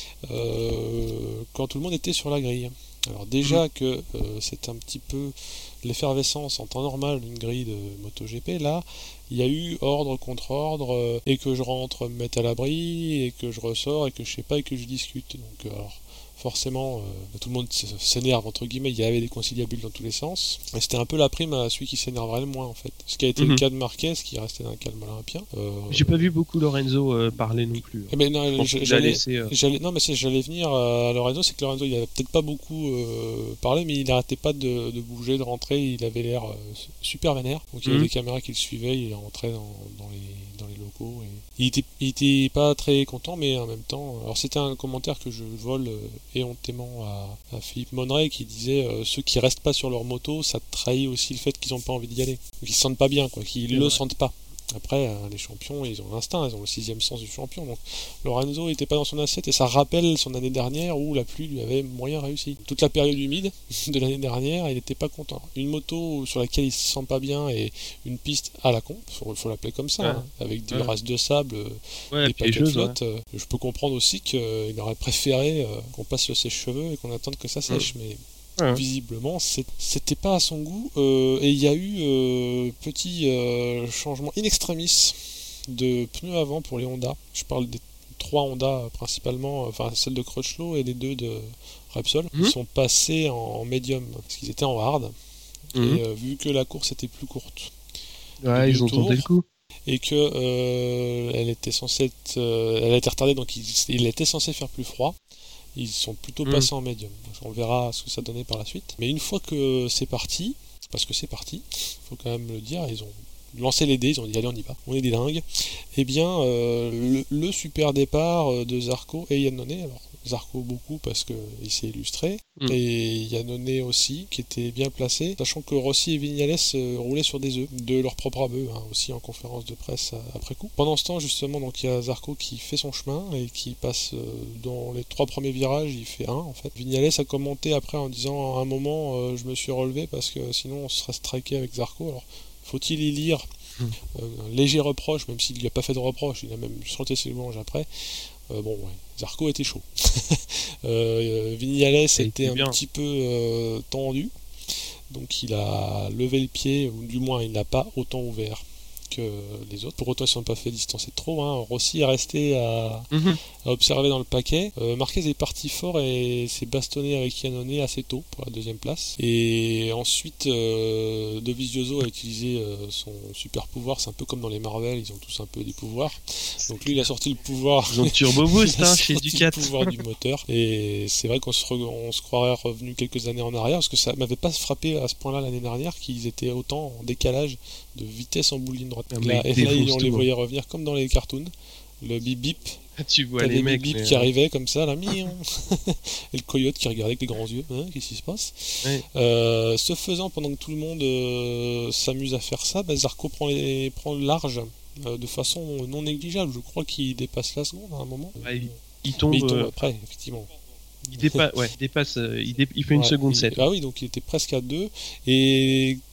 quand tout le monde était sur la grille. Alors déjà que c'est un petit peu l'effervescence en temps normal d'une grille de MotoGP, là il y a eu ordre contre ordre, et que je rentre me mettre à l'abri, et que je ressors, et que je sais pas, et que je discute. Donc alors forcément, tout le monde s'énerve, entre guillemets, il y avait des conciliabules dans tous les sens. Et c'était un peu la prime à celui qui s'énerverait le moins, en fait. Ce qui a été le cas de Marquez, qui restait d'un calme olympien. J'ai pas vu beaucoup Lorenzo parler non plus. Mais non, j'allais venir à Lorenzo, c'est que Lorenzo, il avait peut-être pas beaucoup parlé, mais il n'arrêtait pas de bouger, de rentrer, il avait l'air super vénère. Donc il y avait des caméras qui le suivaient, il rentrait dans les locaux. Et il était pas très content, mais en même temps... Alors c'était un commentaire que je vole éhontément à Philippe Monneray, qui disait ceux qui restent pas sur leur moto, ça trahit aussi le fait qu'ils ont pas envie d'y aller, qu'ils se sentent pas bien, quoi, qu'ils le sentent pas. Après, les champions, ils ont l'instinct, ils ont le 6e sens du champion. Donc Lorenzo n'était pas dans son assiette, et ça rappelle son année dernière où la pluie lui avait moyen réussi. Toute la période humide de l'année dernière, il n'était pas content. Une moto sur laquelle il se sent pas bien, et une piste à la con, faut l'appeler comme ça, hein, avec des races de sable, des paquets de flotte. Je peux comprendre aussi qu'il aurait préféré qu'on passe le sèche-cheveux et qu'on attende que ça sèche, mais... visiblement c'était pas à son goût, et il y a eu petit changement in extremis de pneus avant pour les Honda. Je parle des 3 Honda principalement, enfin celle de Crutchlow et les 2 de Repsol. Ils sont passés en médium parce qu'ils étaient en hard, et vu que la course était plus courte, ils ont tenté le coup, et que elle était censée elle a été retardée, donc il était censé faire plus froid. Ils sont plutôt passés en médium. On verra ce que ça donnait par la suite. Mais une fois que c'est parti, parce que c'est parti, faut quand même le dire, ils ont lancé les dés, ils ont dit allez on y va, on est des dingues. Eh bien, le super départ de Zarco et Iannone, alors Zarco beaucoup parce qu'il s'est illustré, et Iannone aussi, qui était bien placé, sachant que Rossi et Vignales roulaient sur des œufs, de leur propre aveu, hein, aussi en conférence de presse après coup. Pendant ce temps, justement, donc il y a Zarco qui fait son chemin, et qui passe dans les 3 premiers virages, il fait 1 en fait. Vignales a commenté après en disant à un moment je me suis relevé parce que sinon on serait striké avec Zarco. Alors faut-il y lire un léger reproche, même s'il n'y a pas fait de reproche, il a même chanté ses louanges après. Zarco était chaud. Vignales était un petit peu tendu, donc il a levé le pied, ou du moins il n'a pas autant ouvert que les autres. Pour autant, ils ne sont pas fait distancer trop. Rossi est resté à observer dans le paquet. Marquez est parti fort et s'est bastonné avec Iannone assez tôt pour la 2e place. Et ensuite, Dovizioso a utilisé son super pouvoir. C'est un peu comme dans les Marvel, ils ont tous un peu des pouvoirs. Donc lui, il a sorti le pouvoir. Ils ont Turbo Boost chez Ducat. Le pouvoir du moteur. Et c'est vrai qu'on se croirait revenu quelques années en arrière, parce que ça m'avait pas frappé à ce point-là l'année dernière, qu'ils étaient autant en décalage de vitesse en bout de ligne droite. Là, on les voyait revenir comme dans les cartoons. Le bip bip. Tu vois les mecs qui arrivaient comme ça, là, et le coyote qui regardait avec les grands yeux. Qu'est-ce qui se passe? Ce faisant, pendant que tout le monde s'amuse à faire ça, Zarco prend le large de façon non négligeable. Je crois qu'il dépasse la seconde à un moment. Il tombe après, effectivement. Il dépasse, il fait une seconde 7. Ah oui, donc il était presque à 2. Et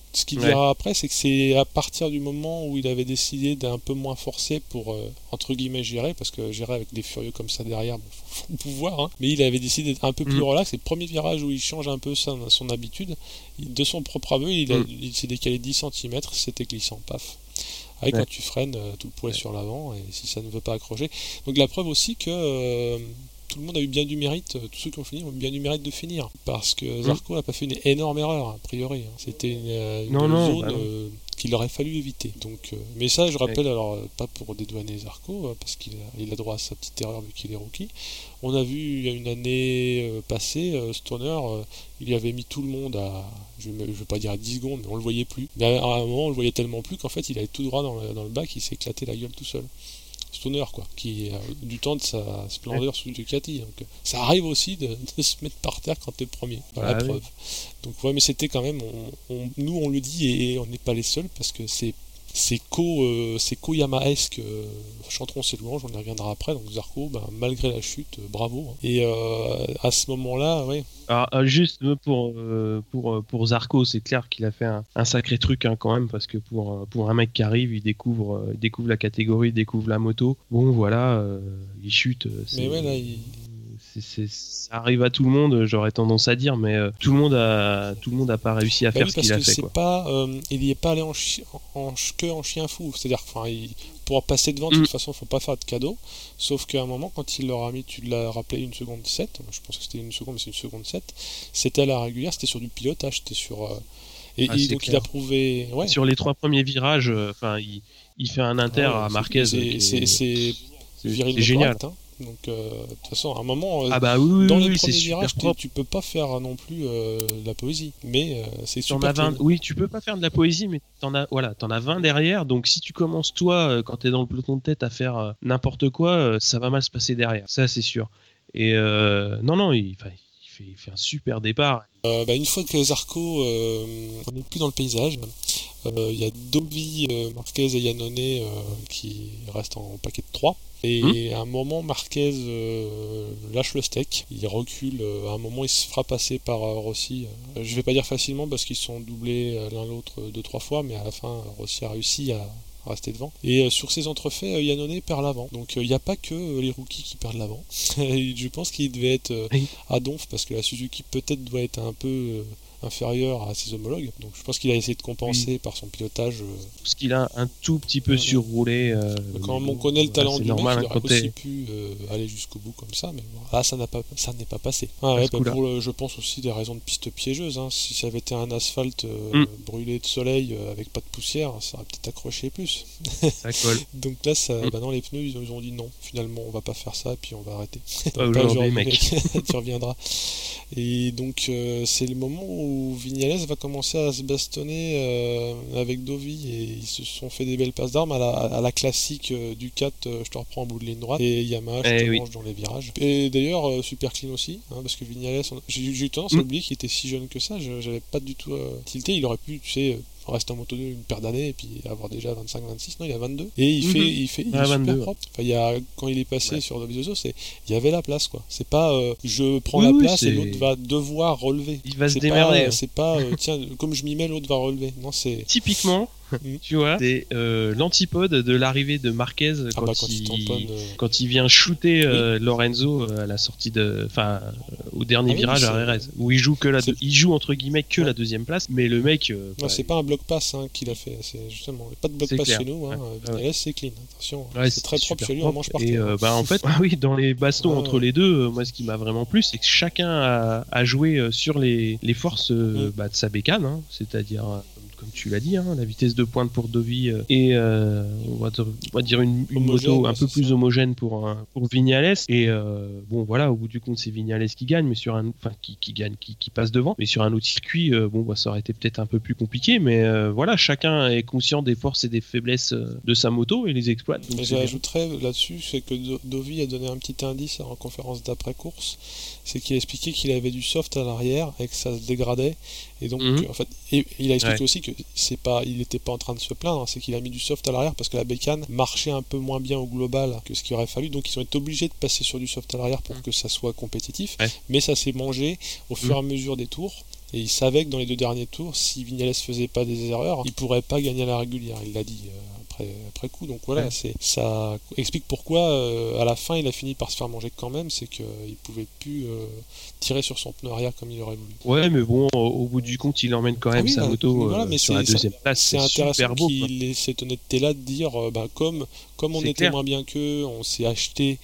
Ce qu'il dira après, c'est que c'est à partir du moment où il avait décidé d'un peu moins forcer pour, entre guillemets, gérer, parce que gérer avec des furieux comme ça derrière, faut pouvoir, hein. Mais il avait décidé d'être un peu plus relax, et le premier virage où il change un peu son habitude, de son propre aveu, il s'est décalé 10 cm, c'était glissant, paf. Avec quand tu freines, tout le poids est sur l'avant, et si ça ne veut pas accrocher. Donc la preuve aussi que... tout le monde a eu bien du mérite, tous ceux qui ont fini ont eu bien du mérite de finir. Parce que Zarco n'a pas fait une énorme erreur, a priori. C'était une zone qu'il aurait fallu éviter. Donc, mais ça, je rappelle, alors, pas pour dédouaner Zarco, parce qu'il a droit à sa petite erreur vu qu'il est rookie. On a vu, il y a une année passée, Stoner, il avait mis tout le monde à, je ne vais pas dire à 10 secondes, mais on le voyait plus. Mais à un moment, on le voyait tellement plus qu'en fait, il allait tout droit dans le bac, il s'est éclaté la gueule tout seul. Stoner, quoi, qui du temps de sa splendeur sous Ducati. Donc, ça arrive aussi de se mettre par terre quand t'es premier. Voilà la preuve. Donc mais c'était quand même, nous on le dit et on n'est pas les seuls parce que c'est Yamaesque, chanteront ses louanges, on y reviendra après. Donc Zarco, malgré la chute, bravo. Et à ce moment-là, Alors, juste pour Zarco, c'est clair qu'il a fait un sacré truc quand même, parce que pour un mec qui arrive, il découvre la catégorie, il découvre la moto. Bon, voilà, il chute. Mais ouais, là, ça arrive à tout le monde, j'aurais tendance à dire, mais tout le monde a pas réussi à faire ce qu'il a fait. Il n'y est pas allé en chien fou, c'est-à-dire pour passer devant, de toute façon, faut pas faire de cadeau. Sauf qu'à un moment, quand il leur a mis, tu l'as rappelé, 1 seconde 17, je pense que c'était 1 seconde, mais c'est 1 seconde 7, c'était à la régulière, c'était sur du pilotage, c'était sur. Donc clair. Il a prouvé. Ouais. Sur les 3 premiers virages, il fait un inter à Marquez. C'est génial. Correct, hein. Donc, de toute façon, à un moment, dans les premiers virages, tu peux pas faire non plus de la poésie. Mais c'est super. Oui, tu peux pas faire de la poésie, mais t'en as 20 derrière. Donc, si tu commences, toi, quand t'es dans le peloton de tête, à faire n'importe quoi, ça va mal se passer derrière. Ça, c'est sûr. Et non, il fait un super départ. Une fois que Zarco on n'est plus dans le paysage, il y a Dovi, Marquez et Iannone qui restent en paquet de 3. Et à un moment, Marquez lâche le steak, il recule, à un moment il se fera passer par Rossi. Je vais pas dire facilement parce qu'ils sont doublés l'un l'autre 2-3 fois, mais à la fin Rossi a réussi à rester devant. Et sur ces entrefaits, Iannone perd l'avant. Donc il n'y a pas que les rookies qui perdent l'avant. Je pense qu'il devait être à donf parce que la Suzuki peut-être doit être un peu inférieur à ses homologues. Donc je pense qu'il a essayé de compenser par son pilotage. Parce qu'il a un tout petit peu surroulé. Quand on connaît le talent du mec, normal, il aurait aussi pu aller jusqu'au bout comme ça, mais bon, ça n'est pas passé. Je pense aussi des raisons de piste piégeuse. Hein. Si ça avait été un asphalte brûlé de soleil avec pas de poussière, ça aurait peut-être accroché plus. Ça colle. Donc là, non, les pneus, ils ont dit non. Finalement, on va pas faire ça, et puis on va arrêter. Aujourd'hui, mec. Tu reviendras. Et donc c'est le moment où Vignales va commencer à se bastonner avec Dovi et ils se sont fait des belles passes d'armes à la classique du 4, je te reprends en bout de ligne droite, et Yamaha je te mange dans les virages. Et d'ailleurs super clean aussi, hein, parce que Vignales, j'ai eu tendance à oublier qu'il était si jeune que ça, j'avais pas du tout tilté, il aurait pu, tu sais, rester en moto 2 une paire d'années et puis avoir déjà 25-26, non il a 22 et il est super 22. propre. Enfin, quand il est passé sur Dovizioso, il y avait la place quoi. C'est pas je prends la place et l'autre va devoir relever. Il va se démerder. C'est pas tiens comme je m'y mets l'autre va relever. Non c'est typiquement. Tu vois, c'est l'antipode de l'arrivée de Marquez quand il vient shooter Lorenzo à la sortie au dernier virage à Jerez, où il joue entre guillemets que la deuxième place, mais le mec non, c'est pas un bloc pass qu'il a fait, c'est justement pas de bloc pass chez nous, c'est clean, attention, c'est très propre chez lui, on mange par terre. En fait, dans les bastons entre les deux, moi ce qui m'a vraiment plu, c'est que chacun a joué sur les forces de sa bécane, hein, c'est-à-dire comme tu l'as dit, hein, la vitesse de pointe pour Dovi et on va dire une moto un peu plus homogène pour Vignales. Et bon voilà, au bout du compte c'est Vignales qui gagne, mais qui passe devant. Mais sur un autre circuit, ça aurait été peut-être un peu plus compliqué. Mais voilà, chacun est conscient des forces et des faiblesses de sa moto et les exploite. Et j'ajouterais là-dessus, c'est que Dovi a donné un petit indice en conférence d'après-course, c'est qu'il a expliqué qu'il avait du soft à l'arrière et que ça se dégradait. Et donc, en fait, il a expliqué aussi que il n'était pas en train de se plaindre, hein, c'est qu'il a mis du soft à l'arrière parce que la bécane marchait un peu moins bien au global que ce qu'il aurait fallu. Donc, ils ont été obligés de passer sur du soft à l'arrière pour que ça soit compétitif. Mais ça s'est mangé au fur et à mesure des tours. Et il savait que dans les 2 derniers tours, si Vignales faisait pas des erreurs, il pourrait pas gagner à la régulière. Il l'a dit après coup. Donc voilà, ça explique pourquoi à la fin il a fini par se faire manger quand même, c'est qu'il pouvait plus tirer sur son pneu arrière comme il aurait voulu. Ouais, mais bon, au bout du compte, il emmène quand même sa moto mais sur la deuxième place. C'est intéressant super beau, qu'il ait cette honnêteté-là de dire, comme on était moins bien qu'eux, on s'est acheté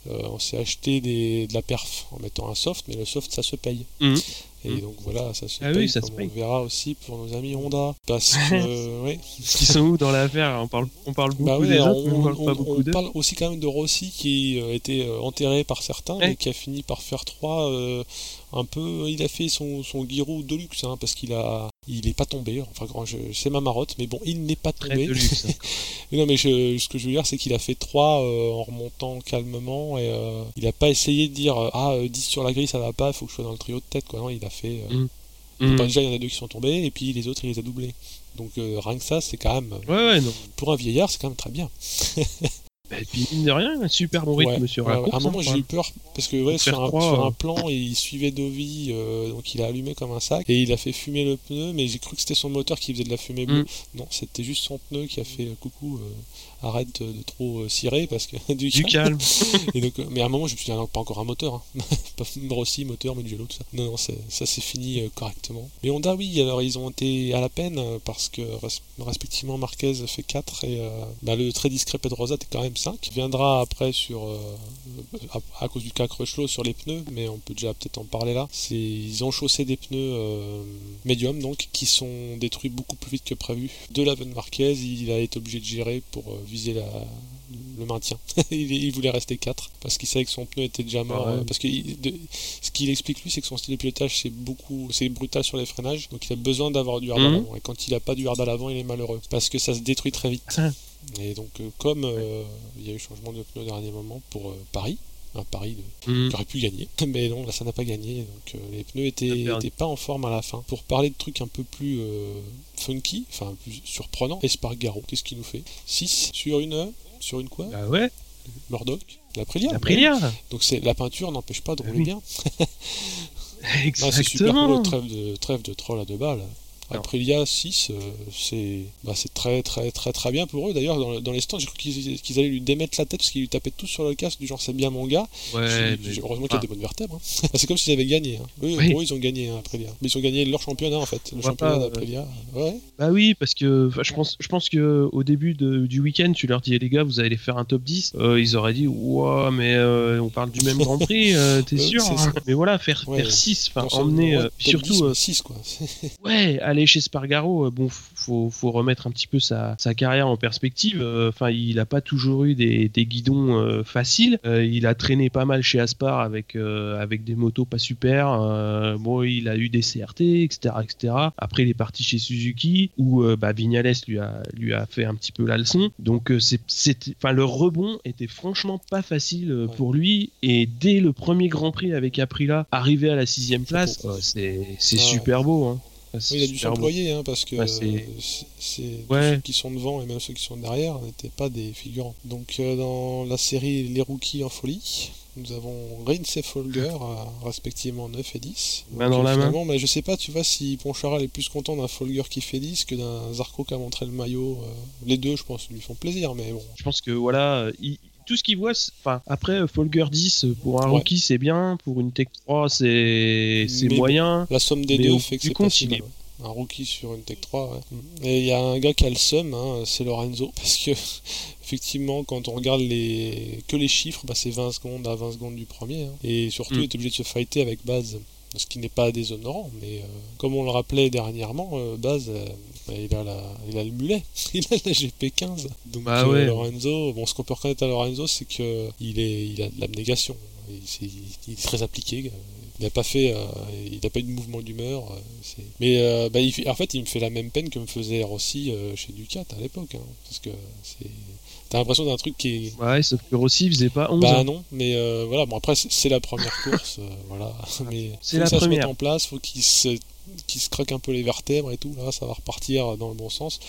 de la perf en mettant un soft, mais le soft ça se paye. Et donc voilà, ça se paye, ça comme se paye. on verra aussi pour nos amis Honda. Parce que, Parce qu'ils sont où dans l'affaire? On parle beaucoup des autres, mais on parle pas beaucoup d'eux. On parle aussi quand même de Rossi qui était enterré par certains et qui a fini par faire 3 un peu. Il a fait son Giro de luxe, parce qu'il est pas tombé. Enfin, c'est ma marotte, mais bon, il n'est pas tombé. Très de luxe. Non, mais ce que je veux dire, c'est qu'il a fait 3 en remontant calmement et il a pas essayé de dire 10 sur la grille ça va pas, il faut que je sois dans le trio de tête, quoi. Non, il a fait. Déjà, il y en a 2 qui sont tombés et puis les autres, il les a doublés. Donc rien que ça, c'est quand même. Non. Pour un vieillard, c'est quand même très bien. Et puis mine de rien, un super bon rythme sur la course. À un moment, j'ai eu peur parce que sur un plan, il suivait Dovi, donc il a allumé comme un sac et il a fait fumer le pneu, mais j'ai cru que c'était son moteur qui faisait de la fumée bleue. Non, c'était juste son pneu qui a fait coucou. Arrête de trop cirer parce que du calme. Et donc, mais à un moment je me suis dit pas encore un moteur, pas Rossi, moteur, Mugello, tout ça. Non, ça s'est fini correctement. Mais Honda, oui, alors ils ont été à la peine parce que respectivement Marquez fait 4 et le très discret Pedrosa est quand même 5. Il viendra après à cause du cas Crutchlow sur les pneus, mais on peut déjà peut-être en parler là. Ils ont chaussé des pneus médium donc qui sont détruits beaucoup plus vite que prévu. De l'Aven Marquez, il a été obligé de gérer pour viser le maintien. il voulait rester 4 parce qu'il savait que son pneu était déjà mort. Parce que ce qu'il explique lui, c'est que son style de pilotage c'est brutal sur les freinages, donc il a besoin d'avoir du hard à l'avant. Et quand il n'a pas du hard à l'avant, il est malheureux parce que ça se détruit très vite. Et donc comme il y a eu changement de pneu au dernier moment pour Paris. Un pari qui aurait pu gagner, mais non, là ça n'a pas gagné, donc les pneus étaient pas en forme à la fin. Pour parler de trucs un peu plus funky, enfin plus surprenants, Espargaro, qu'est-ce qu'il nous fait 6 sur une quoi Murdoch, l'Aprilia. Donc la peinture n'empêche pas de rouler bien. Exactement. C'est super cool, trêve de troll à 2 balles. Aprilia 6, c'est très très très très bien pour eux. D'ailleurs, dans les stands, j'ai cru qu'ils allaient lui démettre la tête parce qu'ils lui tapaient tous sur le casque du genre c'est bien mon gars. Heureusement qu'il y a des bonnes vertèbres. C'est comme s'ils avaient gagné. Eux, ils ont gagné Aprilia. Mais ils ont gagné leur championnat en fait. Le championnat d'Aprilia. Bah oui, parce que je pense que au début du week-end, tu leur dis les gars, vous allez faire un top 10. Ils auraient dit ouah, mais on parle du même Grand Prix, t'es sûr Mais voilà, faire 6, emmener surtout 6 quoi. Aller chez Spargaro, faut remettre un petit peu sa carrière en perspective. Il a pas toujours eu des guidons faciles. Il a traîné pas mal chez Aspar avec des motos pas super. Il a eu des CRT, etc. Après, il est parti chez Suzuki où Vignales lui a fait un petit peu la leçon. Donc le rebond était franchement pas facile pour lui. Et dès le premier Grand Prix avec Aprilia, arrivé à la 6e place, c'est super beau. Il a dû s'employer parce que ceux qui sont devant et même ceux qui sont derrière n'étaient pas des figurants. Donc dans la série Les Rookies en folie, nous avons Rins et Folger respectivement 9 et 10. Donc, dans la main. Mais je sais pas, tu vois, si Poncharal est plus content d'un Folger qui fait 10 que d'un Zarco qui a montré le maillot. Les deux, je pense, lui font plaisir, mais bon. Je pense que tout ce qu'il voit, après Folger 10 pour un rookie c'est bien, pour une Tech 3 c'est moyen. La somme des deux fait que c'est pas si mal. Un rookie sur une Tech 3, Et il y a un gars qui a le seum, c'est Lorenzo, parce que effectivement quand on regarde que les chiffres, c'est 20 secondes à 20 secondes du premier, et surtout il est obligé de se fighter avec Baz, ce qui n'est pas déshonorant, mais comme on le rappelait dernièrement, Baz il a le mulet, il a la GP15. Donc Lorenzo, ce qu'on peut reconnaître à Lorenzo, c'est qu'il a de l'abnégation. Il est très appliqué. Il n'a pas eu de mouvement d'humeur. Mais en fait, il me fait la même peine que me faisait Rossi chez Ducat à l'époque. Parce que t'as l'impression d'un truc qui est... Ouais, sauf que Rossi faisait pas 11. Non, mais voilà. Bon, après, c'est la première course. Voilà. Mais c'est faut la que ça première. se mette en place, faut qu'il se craque un peu les vertèbres et tout. Là, ça va repartir dans le bon sens.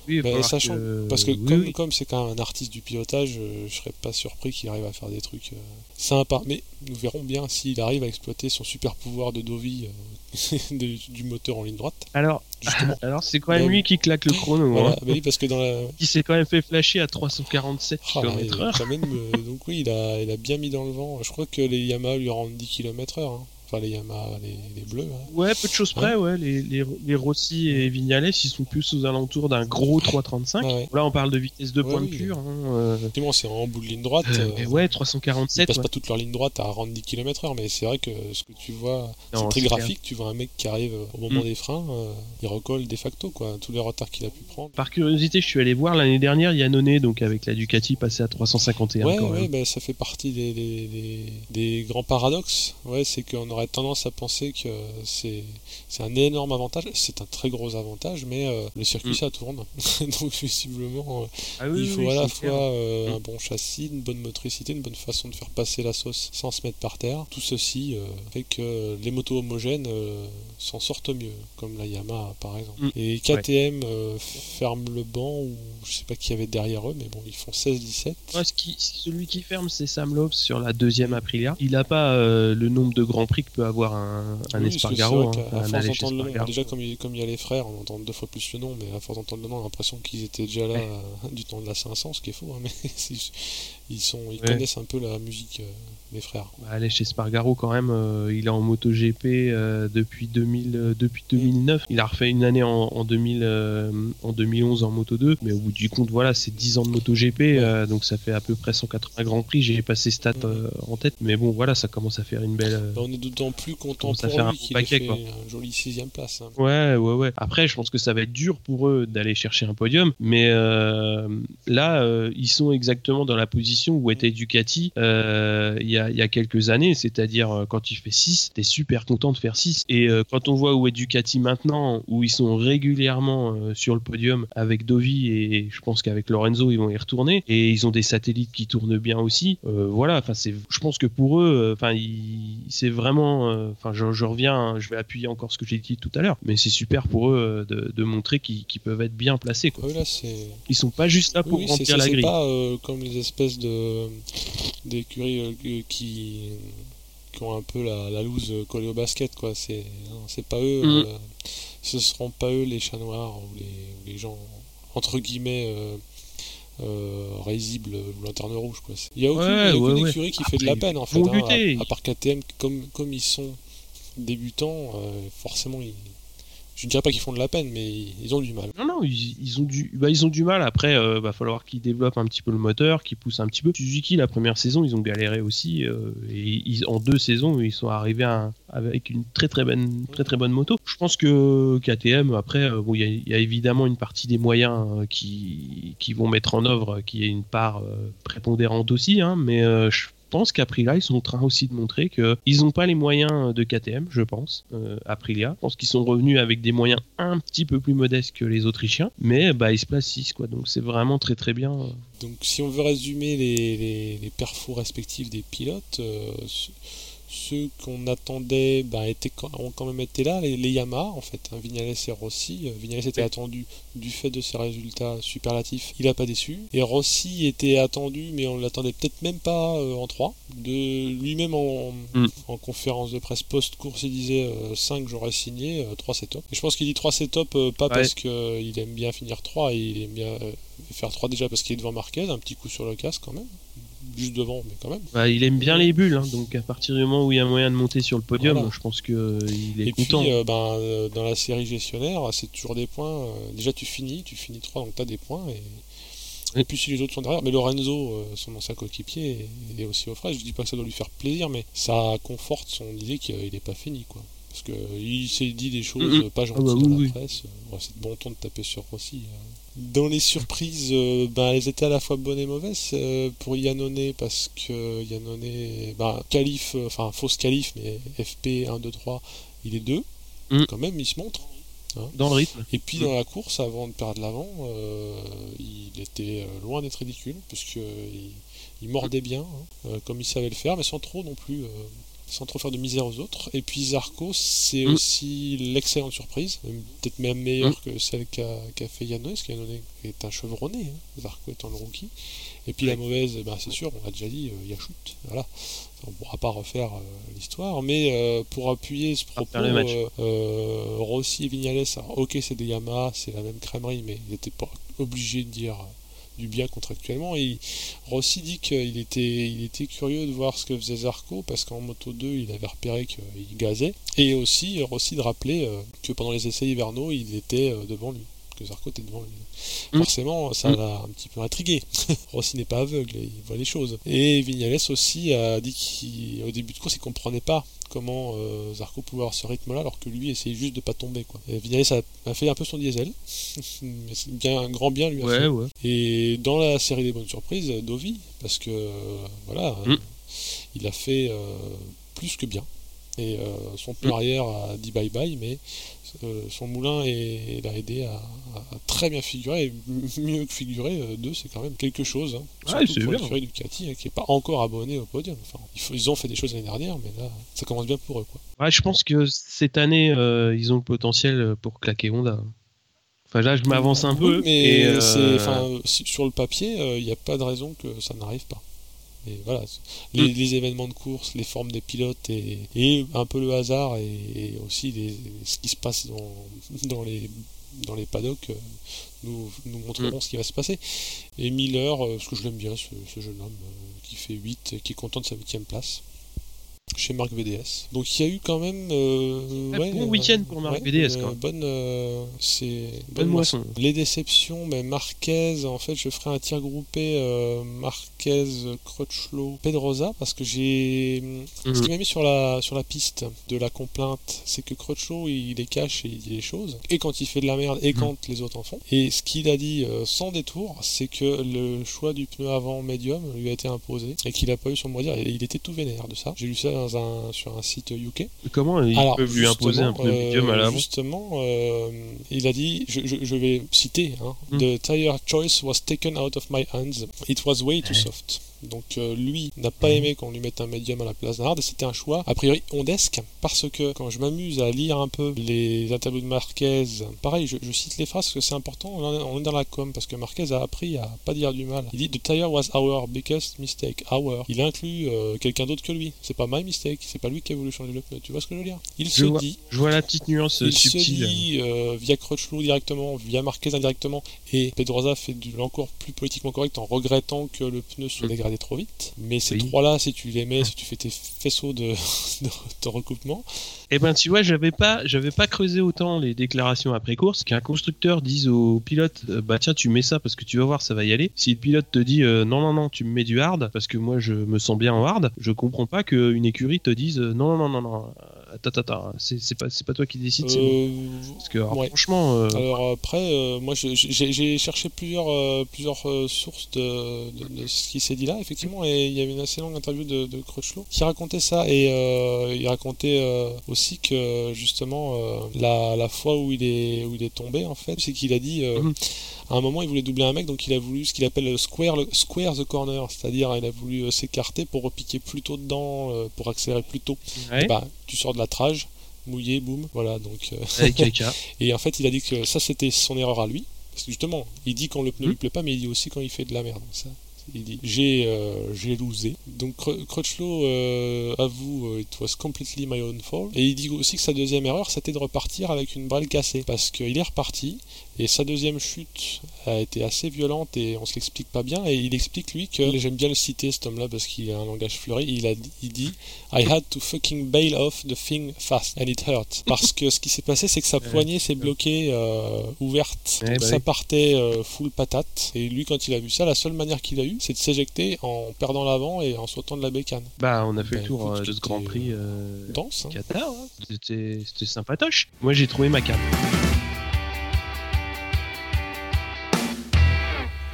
Oui, sachant, parce que oui. comme c'est quand même un artiste du pilotage, je serais pas surpris qu'il arrive à faire des trucs sympas. Mais nous verrons bien s'il arrive à exploiter son super pouvoir de Dovi du moteur en ligne droite. Alors Justement. c'est quand même lui qui claque le chrono. Voilà, Hein. bah oui, parce que dans la... Il s'est quand même fait flasher à 347 km/h. Quand même, donc oui, il a bien mis dans le vent. Je crois que les Yamaha lui rendent 10 km/h. Hein. Enfin, les Yamaha, les bleus. Hein. Ouais, peu de choses près, ouais. Les Rossi et Vignales, ils sont plus aux alentours d'un gros 335. Ouais. Là, on parle de vitesse de pointe pure. Effectivement, c'est en bout de ligne droite. Ouais, 347. Ils passent pas toute leur ligne droite à rendre 10 km/h, mais c'est vrai que ce que tu vois, c'est très graphique. Tu vois un mec qui arrive au moment des freins, il recolle de facto, quoi, tous les retards qu'il a pu prendre. Par curiosité, je suis allé voir l'année dernière Iannone, donc avec la Ducati, passé à 351. Ouais, bah, ça fait partie des grands paradoxes. Ouais, c'est qu'on aurait tendance à penser que c'est un énorme avantage, c'est un très gros avantage, mais le circuit ça tourne. Donc visiblement, il faut à la fois un bon châssis, une bonne motricité, une bonne façon de faire passer la sauce sans se mettre par terre. Tout ceci fait que les motos homogènes s'en sortent mieux, comme la Yamaha par exemple. Et KTM ferme le banc, ou je sais pas qui y avait derrière eux, mais bon, ils font 16-17. Ouais, celui qui ferme, c'est Sam Lobes sur la deuxième Aprilia. Il n'a pas le nombre de grands prix que peut avoir un Espargaro. À force d'entendre le nom, déjà comme il y a les frères, on entend 2 fois plus le nom, mais à force d'entendre le nom, on a l'impression qu'ils étaient déjà là du temps de la 500, ce qui est faux, hein, mais ils connaissent un peu la musique, les frères. Allez, chez Espargaro quand même, il est en MotoGP depuis 2009. Il a refait une année en 2011 en Moto2, mais au bout du compte, voilà, c'est 10 ans de MotoGP, donc ça fait à peu près 180 Grands Prix. J'ai pas ses stats en tête, mais bon, voilà, ça commence à faire une belle. On est d'autant plus content pour lui qu'il ait fait une jolie 6ème place. Hein. Ouais. Après, je pense que ça va être dur pour eux d'aller chercher un podium, mais là, ils sont exactement dans la position où était Ducati il y a quelques années, c'est-à-dire quand il fait 6, t'es super content de faire 6. Et quand on voit où est Ducati maintenant, où ils sont régulièrement sur le podium avec Dovi, et je pense qu'avec Lorenzo, ils vont y retourner, et ils ont des satellites qui tournent bien aussi. Voilà, enfin, je pense que pour eux, c'est vraiment, je reviens, je vais appuyer encore ce que j'ai dit tout à l'heure, mais c'est super pour eux de montrer qu'ils peuvent être bien placés, quoi. Là, ils sont pas juste là pour remplir la grille. C'est pas comme les espèces d'écuries qui ont un peu la loose collée au basket, quoi. C'est pas eux, ce seront pas eux les chats noirs ou les gens entre guillemets risibles ou lanterne rouge, quoi. Il y a aucune écurie qui fait de la peine en fait, à part KTM, comme ils sont débutants, forcément je ne dirais pas qu'ils font de la peine, mais ils ont du mal. Non, ils ont du mal. Après, va falloir qu'ils développent un petit peu le moteur, qu'ils poussent un petit peu. Suzuki, la première saison, ils ont galéré aussi. En 2 saisons, ils sont arrivés avec une très très bonne moto. Je pense que KTM, après, il y a évidemment une partie des moyens qui vont mettre en œuvre, qui est une part prépondérante aussi, hein, mais je pense qu'Aprilia, ils sont en train aussi de montrer qu'ils n'ont pas les moyens de KTM, je pense, Aprilia. Je pense qu'ils sont revenus avec des moyens un petit peu plus modestes que les Autrichiens, mais ils se placent 6, quoi. Donc c'est vraiment très très bien. Donc si on veut résumer les perfos respectifs des pilotes, ceux qu'on attendait ont quand même été là, les Yamaha en fait, hein, Vignales et Rossi. Vignales était attendu du fait de ses résultats superlatifs, il n'a pas déçu. Et Rossi était attendu, mais on ne l'attendait peut-être même pas en 3. Lui-même en conférence de presse post-course, il disait 5 j'aurais signé, 3 c'est top. Et je pense qu'il dit 3 c'est top, parce qu'il aime bien finir 3, et il aime bien faire 3 déjà parce qu'il est devant Marquez, un petit coup sur le casque quand même. Juste devant, mais quand même. Il aime bien les bulles, hein, donc à partir du moment où il y a moyen de monter sur le podium, je pense qu'il est content. Et puis, dans la série gestionnaire, c'est toujours des points. Déjà, tu finis 3, donc tu as des points. Et puis, si les autres sont derrière, mais Lorenzo, son ancien coéquipier, il est aussi au frais. Je dis pas que ça doit lui faire plaisir, mais ça conforte son idée qu'il n'est pas fini, quoi. Parce qu'il s'est dit des choses pas gentilles dans la presse. C'est de bon ton de taper sur Rossi. Dans les surprises, elles étaient à la fois bonnes et mauvaises pour Iannone, parce que Iannone, fausse qualif, mais FP 1, 2, 3, il est 2. Quand même, il se montre. Hein. Dans le rythme. Et puis dans la course, avant de perdre l'avant, il était loin d'être ridicule, parce qu'il mordait bien, comme il savait le faire, mais sans trop non plus sans trop faire de misère aux autres. Et puis Zarco, c'est aussi l'excellente surprise, peut-être même meilleure que celle qu'a fait Yannone, parce que Yannone est un chevronné, hein, Zarco étant le rookie. Et puis la mauvaise, c'est sûr, on l'a déjà dit, Yachute. Voilà. On ne pourra pas refaire l'histoire, mais pour appuyer ce propos, Rossi et Vignales, alors, ok, c'est des Yamaha, c'est la même crèmerie, mais il n'était pas obligé de dire du bien contractuellement. Et Rossi dit qu'il était curieux de voir ce que faisait Zarco, parce qu'en Moto 2, il avait repéré qu'il gazait. Et aussi, Rossi de rappeler que pendant les essais hivernaux, il était devant lui, que Zarco était devant lui. Forcément, ça l'a un petit peu intrigué. Rossi n'est pas aveugle, il voit les choses. Et Vignales aussi a dit qu'au début de course, il comprenait pas comment Zarco pouvait avoir ce rythme-là, alors que lui essayait juste de pas tomber, quoi. Et Vignales a fait un peu son diesel, mais c'est bien un grand bien lui a fait. Ouais. Et dans la série des bonnes surprises, Dovi, parce que il a fait plus que bien. Et son pneu arrière a dit bye bye, mais son moulin l'a aidé à très bien figurer, et mieux que figurer, 2 c'est quand même quelque chose, hein. Surtout pour l'écurie Ducati, qui n'est pas encore abonné au podium. Enfin, ils ont fait des choses l'année dernière, mais là ça commence bien pour eux, quoi. Ouais, je pense que cette année ils ont le potentiel pour claquer Honda. Enfin là je m'avance un peu, mais sur le papier il n'y a pas de raison que ça n'arrive pas. Et voilà, les événements de course, les formes des pilotes et un peu le hasard et aussi ce qui se passe dans les paddocks nous montreront ce qui va se passer. Et Miller, parce que je l'aime bien, ce jeune homme qui fait 8, qui est content de sa 8ème place chez Marc VDS. Donc il y a eu quand même bon week-end pour Marc VDS, quand même. Bonne moisson. Les déceptions, mais Marquez, en fait je ferai un tir groupé Marquez, Crutchlow, Pedrosa, parce que ce qui m'a mis sur la piste de la complainte, c'est que Crutchlow il est cash et il dit les choses, et quand il fait de la merde et quand les autres en font. Et ce qu'il a dit sans détour, c'est que le choix du pneu avant médium lui a été imposé et qu'il a pas eu son mot à dire, et il était tout vénère de ça. J'ai lu ça sur un site UK. Comment ils peuvent lui imposer un pneu médium à l'avant ? Justement, il a dit, je vais citer, The tire choice was taken out of my hands. It was way too soft. Donc lui n'a pas aimé qu'on lui mette un médium à la place d'un hard, et c'était un choix a priori ondesque, parce que quand je m'amuse à lire un peu les interviews de Marquez, pareil, je cite les phrases parce que c'est important, on est dans la com, parce que Marquez a appris à pas dire du mal. Il dit The tire was our biggest mistake. Il inclut quelqu'un d'autre que lui, c'est pas my mistake, c'est pas lui qui a voulu changer le pneu, tu vois ce que je veux dire. Je vois la petite nuance subtile. Il se dit via Crutchlow directement, via Marquez indirectement, et Pedrosa fait de l'encore plus politiquement correct en regrettant que le pneu soit dégradé trop vite. Mais ces trois-là, si tu les mets, si tu fais tes faisceaux de recoupement. Eh ben, tu vois, j'avais pas creusé autant les déclarations après course, qu'un constructeur dise au pilote, tiens, tu mets ça parce que tu vas voir, ça va y aller. Si le pilote te dit, non, tu me mets du hard parce que moi je me sens bien en hard, je comprends pas qu'une écurie te dise, non, attends, c'est pas toi qui décide, c'est moi. Parce que franchement. Alors après, moi j'ai cherché plusieurs sources de ce qui s'est dit là, effectivement, et il y avait une assez longue interview de Crutchlow qui racontait ça, et il racontait aussi que justement la fois où il est tombé, en fait, c'est qu'il a dit à un moment il voulait doubler un mec, donc il a voulu ce qu'il appelle square the corner, c'est-à-dire il a voulu s'écarter pour repiquer plus tôt dedans, pour accélérer plus tôt. Et tu sors de la trage mouillé, boum, voilà, donc et en fait il a dit que ça c'était son erreur à lui, parce que justement il dit quand le pneu lui plaît pas, mais il dit aussi quand il fait de la merde, ça. Il dit j'ai losé. Donc Crutchlow avoue it was completely my own fault, et il dit aussi que sa deuxième erreur c'était de repartir avec une brêle cassée, parce qu'il est reparti et sa deuxième chute a été assez violente et on se l'explique pas bien, et il explique lui que, j'aime bien le citer cet homme là parce qu'il a un langage fleuri, il dit I had to fucking bail off the thing fast and it hurt, parce que ce qui s'est passé c'est que sa poignée s'est bloquée ouverte, donc ça partait full patate, et lui quand il a vu ça, la seule manière qu'il a eu c'est de s'éjecter en perdant l'avant et en sautant de la bécane. On a fait le tour de ce Grand Prix dense, Qatar, c'était sympatoche. Moi j'ai trouvé ma carte.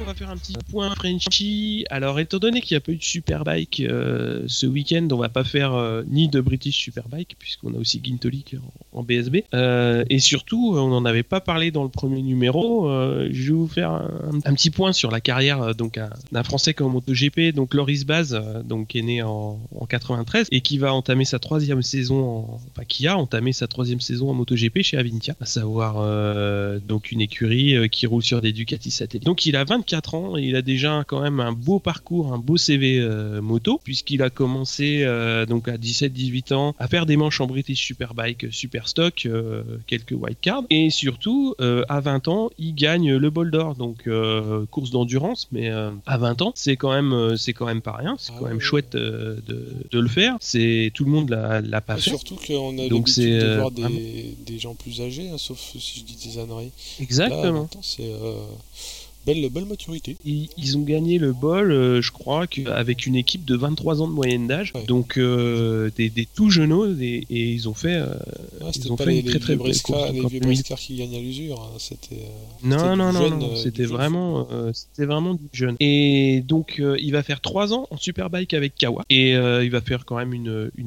on va faire un petit point Frenchy. Alors, étant donné qu'il n'y a pas eu de Superbike ce week-end, on va pas faire ni de British Superbike, puisqu'on a aussi Gintoli en BSB. Et surtout, on n'en avait pas parlé dans le premier numéro. Je vais vous faire un petit point sur la carrière d'un Français comme MotoGP, donc Loris Baz, qui est né en 93 et qui va entamer sa troisième saison, qui a entamé sa troisième saison en MotoGP chez Avintia, à savoir donc une écurie qui roule sur des Ducati Satellite. Donc il a 24 ans et il a déjà quand même un beau parcours, un beau CV moto, puisqu'il a commencé donc à 17-18 ans à faire des manches en British Superbike, Superstock, quelques wildcards, et surtout à 20 ans il gagne le bol d'or, donc course d'endurance, mais à 20 ans c'est quand même pas rien, c'est quand même chouette de le faire. C'est tout le monde l'a pas fait. Surtout qu'on a l'habitude de voir des gens plus âgés, hein, sauf si je dis des âneries. Exactement. Là, c'est belle maturité. Ils ont gagné le bol, je crois, avec une équipe de 23 ans de moyenne d'âge, donc des tout jeuneaux, et ils ont fait, ils ont fait une très belle course. Les vieux briscards qui gagnent à l'usure, hein, c'était. Non, c'était vraiment du jeune. Et donc il va faire 3 ans en Superbike avec Kawa, et il va faire quand même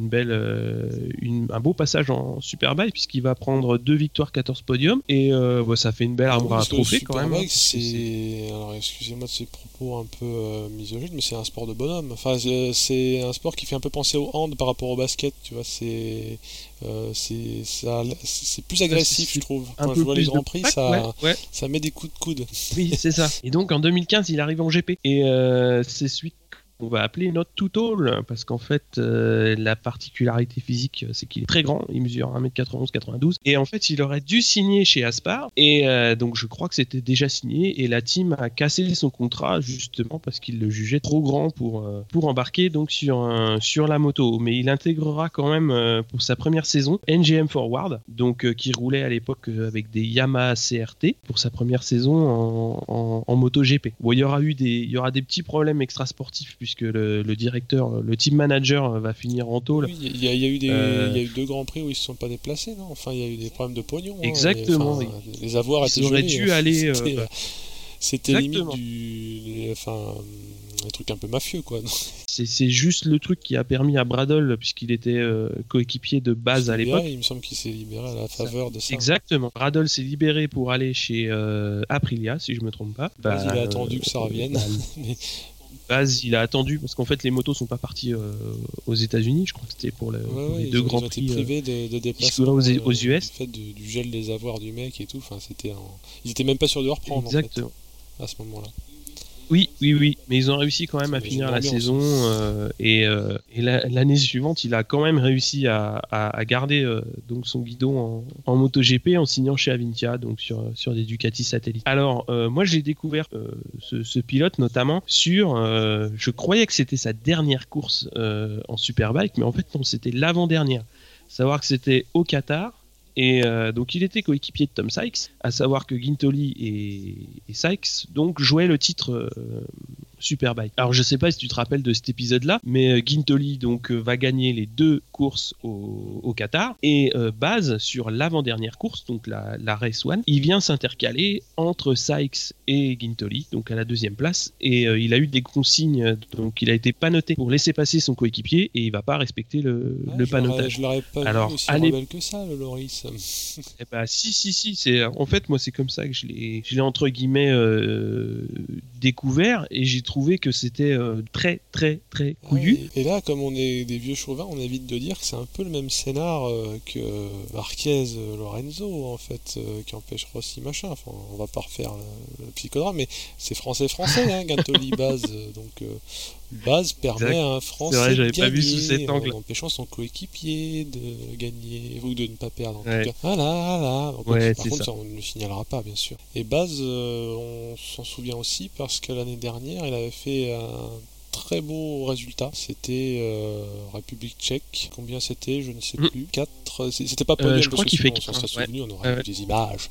un beau passage en Superbike, puisqu'il va prendre 2 victoires, 14 podiums, et ça fait une belle armoire à trophées quand même. Alors excusez-moi de ces propos un peu misogynes, mais c'est un sport de bonhomme. Enfin, c'est un sport qui fait un peu penser au hand par rapport au basket, tu vois. C'est plus agressif, je trouve. Quand je vois les grands prix, ça met des coups de coude. Oui, c'est ça. Et donc en 2015, il arrive en GP, et c'est celui qu'on va appeler notre too tall, parce qu'en fait la particularité physique, c'est qu'il est très grand, il mesure 1m91, 92, et en fait il aurait dû signer chez Aspar, et donc je crois que c'était déjà signé, et la team a cassé son contrat justement parce qu'il le jugeait trop grand pour embarquer donc sur la moto. Mais il intégrera quand même pour sa première saison NGM Forward, donc qui roulait à l'époque avec des Yamaha CRT pour sa première saison en MotoGP. Bon, il y aura des petits problèmes extrasportifs, puisque le directeur, le team manager va finir en tôle. Oui, il y a eu 2 grands prix où ils se sont pas déplacés, non ? Enfin, il y a eu des problèmes de pognon. Exactement. Les avoirs étaient auraient dû aller. C'était limite un truc un peu mafieux, quoi. C'est juste le truc qui a permis à Bradle, puisqu'il était coéquipier de base à l'époque. Il me semble qu'il s'est libéré à la faveur de ça. Exactement. Bradle s'est libéré pour aller chez Aprilia, si je me trompe pas. Il a attendu que ça revienne. Base, il a attendu parce qu'en fait les motos sont pas parties aux États-Unis, je crois que c'était pour les 2 grands prix privés de déplacement aux US. Du fait du gel des avoirs du mec et tout, enfin ils étaient même pas sûrs de reprendre. Exactement. En fait, à ce moment-là. Oui, mais ils ont réussi quand même à finir la saison, et l'année suivante, il a quand même réussi à garder donc son guidon en MotoGP en signant chez Avintia, donc sur des Ducati Satellite. Alors, moi j'ai découvert ce pilote notamment je croyais que c'était sa dernière course en Superbike, mais en fait non, c'était l'avant-dernière. Savoir que c'était au Qatar. Et donc il était coéquipier de Tom Sykes, à savoir que Gintoli et Sykes donc jouaient le titre Superbike. Alors je sais pas si tu te rappelles de cet épisode-là, mais Gintoli donc va gagner les 2 courses au Qatar, et Baz sur l'avant-dernière course, donc la Race 1, il vient s'intercaler entre Sykes et Gintoli, donc à la 2e place, et il a eu des consignes, donc il a été panoté pour laisser passer son coéquipier, et il va pas respecter le panotage. Je l'aurais pas vu aussi rebelle que ça, le Loris. Eh ben, si, en fait moi c'est comme ça que je l'ai entre guillemets découvert, et j'ai trouvé que c'était très très très couillu. Et là, comme on est des vieux chauvins, on évite de dire que c'est un peu le même scénar que Marquez Lorenzo en fait, qui empêche Rossi machin. Enfin, on va pas refaire le psychodrame, mais c'est français hein, Gintoli Baz, donc Baz permet à un Français de gagner en empêchant son coéquipier de gagner ou de ne pas perdre en tout cas. Voilà. Donc, par contre, ça, on ne le signalera pas bien sûr. Et Baz, on s'en souvient aussi parce que l'année dernière, il avait fait un très beau résultat. C'était République tchèque. Combien c'était ? Je ne sais plus. 4. C'était pas podium, je crois qu'il fait 4. On s'en serait souvenu, on aurait eu des images.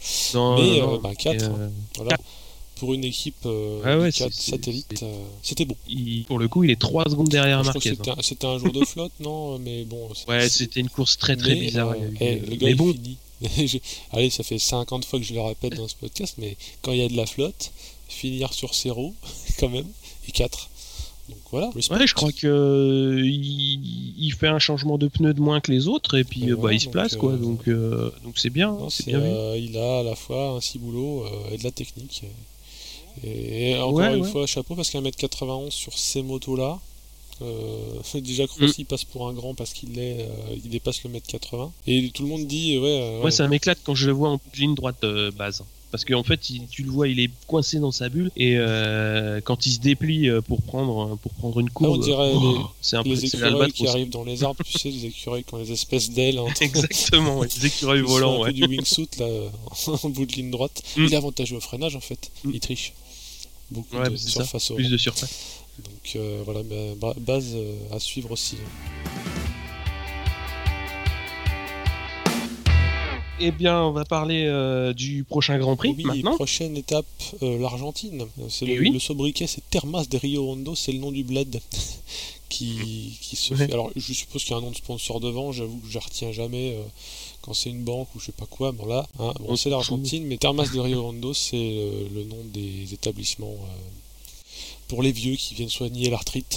4. Voilà. Pour une équipe satellite, c'était bon. Pour le coup, il est 3 secondes derrière Marquez. C'était un jour de flotte, non ? Mais bon. C'était une course très très bizarre. Le gars, il finit. Allez, ça fait 50 fois que je le répète dans ce podcast, mais quand il y a de la flotte, finir sur ses roues, quand même, et 4. Donc voilà. Ouais, je crois que il fait un changement de pneu de moins que les autres et puis il se place quoi. Donc c'est bien, non, c'est bien vu. Il a à la fois un ciboulot et de la technique. Et encore une fois, chapeau parce qu'un 1m91 sur ces motos-là, déjà que Rossi passe pour un grand parce qu'il dépasse le 1m80. Et tout le monde dit Moi ça m'éclate quand je le vois en ligne droite base. Parce qu'en fait, tu le vois, il est coincé dans sa bulle et quand il se déplie pour prendre une courbe, on dirait c'est les écureuils qui arrivent dans les arbres, tu sais, les écureuils qui ont les espèces d'ailes. Exactement, les écureuils volants. Un peu du wingsuit là, en bout de ligne droite. Il est avantageux au freinage en fait, il triche. Beaucoup de surface. Plus de surface. Donc voilà, base à suivre aussi. Eh bien, on va parler du prochain Grand Prix maintenant. Prochaine étape, l'Argentine. C'est le sobriquet, c'est Termas de Rio Hondo, c'est le nom du bled qui se fait. Alors, je suppose qu'il y a un nom de sponsor devant, j'avoue que je ne retiens jamais quand c'est une banque ou je sais pas quoi. Bon là, c'est l'Argentine, mais Termas de Rio Hondo, c'est le nom des établissements pour les vieux qui viennent soigner l'arthrite.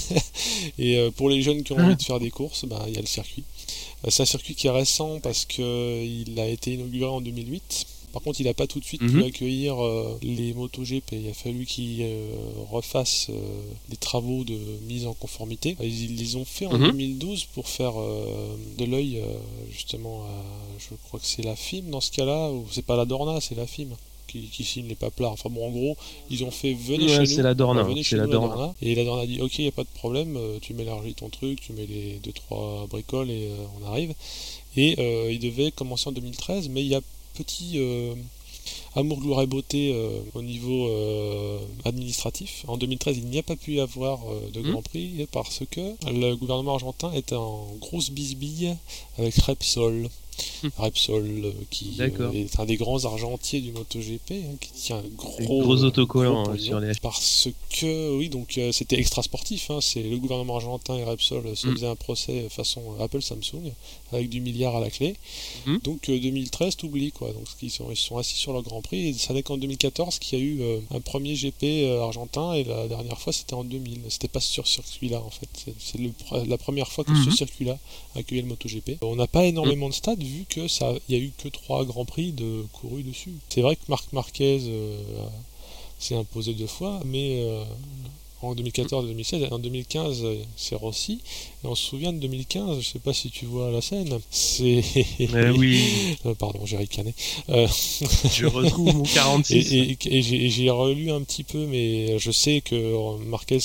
Et pour les jeunes qui ont envie de faire des courses, il y a le circuit. C'est un circuit qui est récent parce qu'il a été inauguré en 2008. Par contre, il n'a pas tout de suite pu accueillir les MotoGP. Il a fallu qu'il refasse des travaux de mise en conformité. Ils les ont fait en 2012 pour faire de l'œil justement à, je crois que c'est la FIM dans ce cas-là, ou c'est pas la Dorna, c'est la FIM. Qui signe les paplards. Enfin bon, en gros, ils ont fait venez chez nous. C'est la Dorna. Et la Dorna dit ok, il n'y a pas de problème, tu m'élargis ton truc, tu mets les 2-3 bricoles et on arrive. Et il devait commencer en 2013, mais il y a petit amour, gloire et beauté au niveau administratif. En 2013, il n'y a pas pu y avoir de Grand Prix parce que le gouvernement argentin était en grosse bisbille avec Repsol. Repsol qui est un des grands argentiers du MotoGP qui tient un gros autocollant sur les parce que c'était extra sportif c'est le gouvernement argentin et Repsol se faisaient un procès façon Apple Samsung avec du milliard à la clé. Donc 2013 t'oublies quoi, donc ils sont assis sur leur Grand Prix et ça n'est qu'en 2014 qu'il y a eu un premier GP argentin et la dernière fois c'était en 2000. C'était pas sur ce circuit-là en fait, c'est la première fois que ce circuit-là accueillait le MotoGP. On n'a pas énormément de stades vu que il y a eu que 3 Grands Prix courus dessus. C'est vrai que Marc Marquez s'est imposé 2 fois, mais en 2014 et 2016, en 2015 c'est Rossi, et on se souvient de 2015, je sais pas si tu vois la scène, c'est... oui. Pardon, j'ai ricané. Je retrouve mon 46. Et j'ai relu un petit peu, mais je sais que Marquez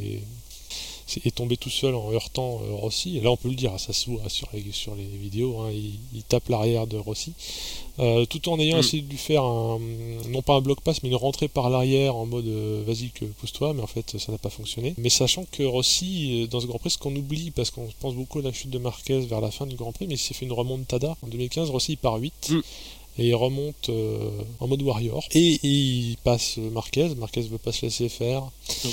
est tombé tout seul en heurtant Rossi, et là on peut le dire, ça se voit sur les vidéos, il tape l'arrière de Rossi, tout en ayant essayé de lui faire non pas un bloc pass mais une rentrée par l'arrière en mode vas-y que pousse-toi, mais en fait ça n'a pas fonctionné. Mais sachant que Rossi dans ce Grand Prix, ce qu'on oublie parce qu'on pense beaucoup à la chute de Marquez vers la fin du Grand Prix, mais il s'est fait une remontada en 2015, Rossi part 8 et il remonte en mode warrior et il passe Marquez veut pas se laisser faire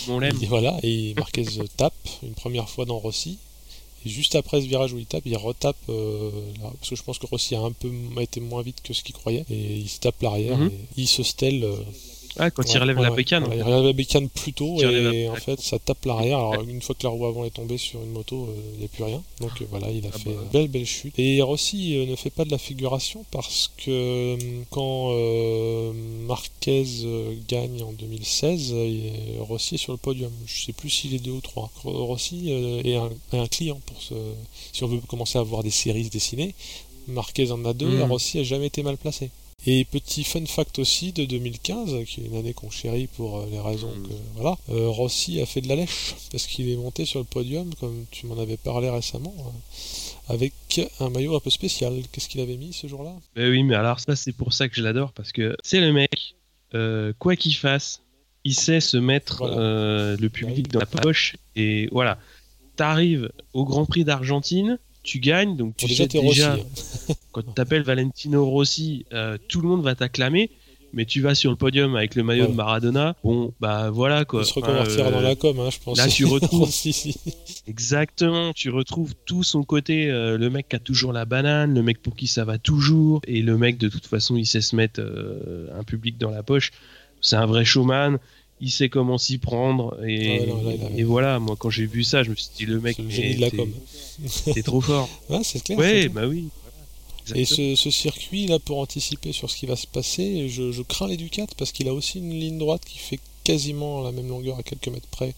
et Marquez tape une première fois dans Rossi et juste après ce virage où il tape, il retape parce que je pense que Rossi a été moins vite que ce qu'il croyait et il se tape l'arrière et il se stèle quand il relève la bécane. Il relève la bécane plus tôt et en fait ça tape l'arrière. Alors une fois que la roue avant est tombée sur une moto, il n'y a plus rien. Donc voilà, il a fait une belle chute. Et Rossi ne fait pas de la figuration parce que quand Marquez gagne en 2016, Rossi est sur le podium. Je sais plus s'il est 2 ou 3. Rossi est un client pour si on veut commencer à voir des séries se dessiner. Marquez en a 2 et Rossi n'a jamais été mal placé. Et petit fun fact aussi de 2015, qui est une année qu'on chérit pour les raisons que... Rossi a fait de la lèche, parce qu'il est monté sur le podium, comme tu m'en avais parlé récemment, avec un maillot un peu spécial. Qu'est-ce qu'il avait mis ce jour-là ? Oui, mais alors ça c'est pour ça que je l'adore, parce que c'est le mec, quoi qu'il fasse, il sait se mettre le public dans la poche, et voilà. T'arrives au Grand Prix d'Argentine, tu gagnes, donc tu sais déjà, quand tu t'appelles Valentino Rossi, tout le monde va t'acclamer, mais tu vas sur le podium avec le maillot de Maradona, bon, bah voilà quoi. Il se reconvertira dans la com, je pense. Là, tu retrouves... Exactement, tu retrouves tout son côté, le mec qui a toujours la banane, le mec pour qui ça va toujours, et le mec de toute façon, il sait se mettre un public dans la poche. c'est un vrai showman. Il sait comment s'y prendre et voilà. Moi, quand j'ai vu ça, je me suis dit le mec, c'est le génie de la com. T'es trop fort. Ouais, c'est clair. Ouais, bah oui. Et ce circuit là, pour anticiper sur ce qui va se passer, je crains les Ducats parce qu'il a aussi une ligne droite qui fait quasiment la même longueur à quelques mètres près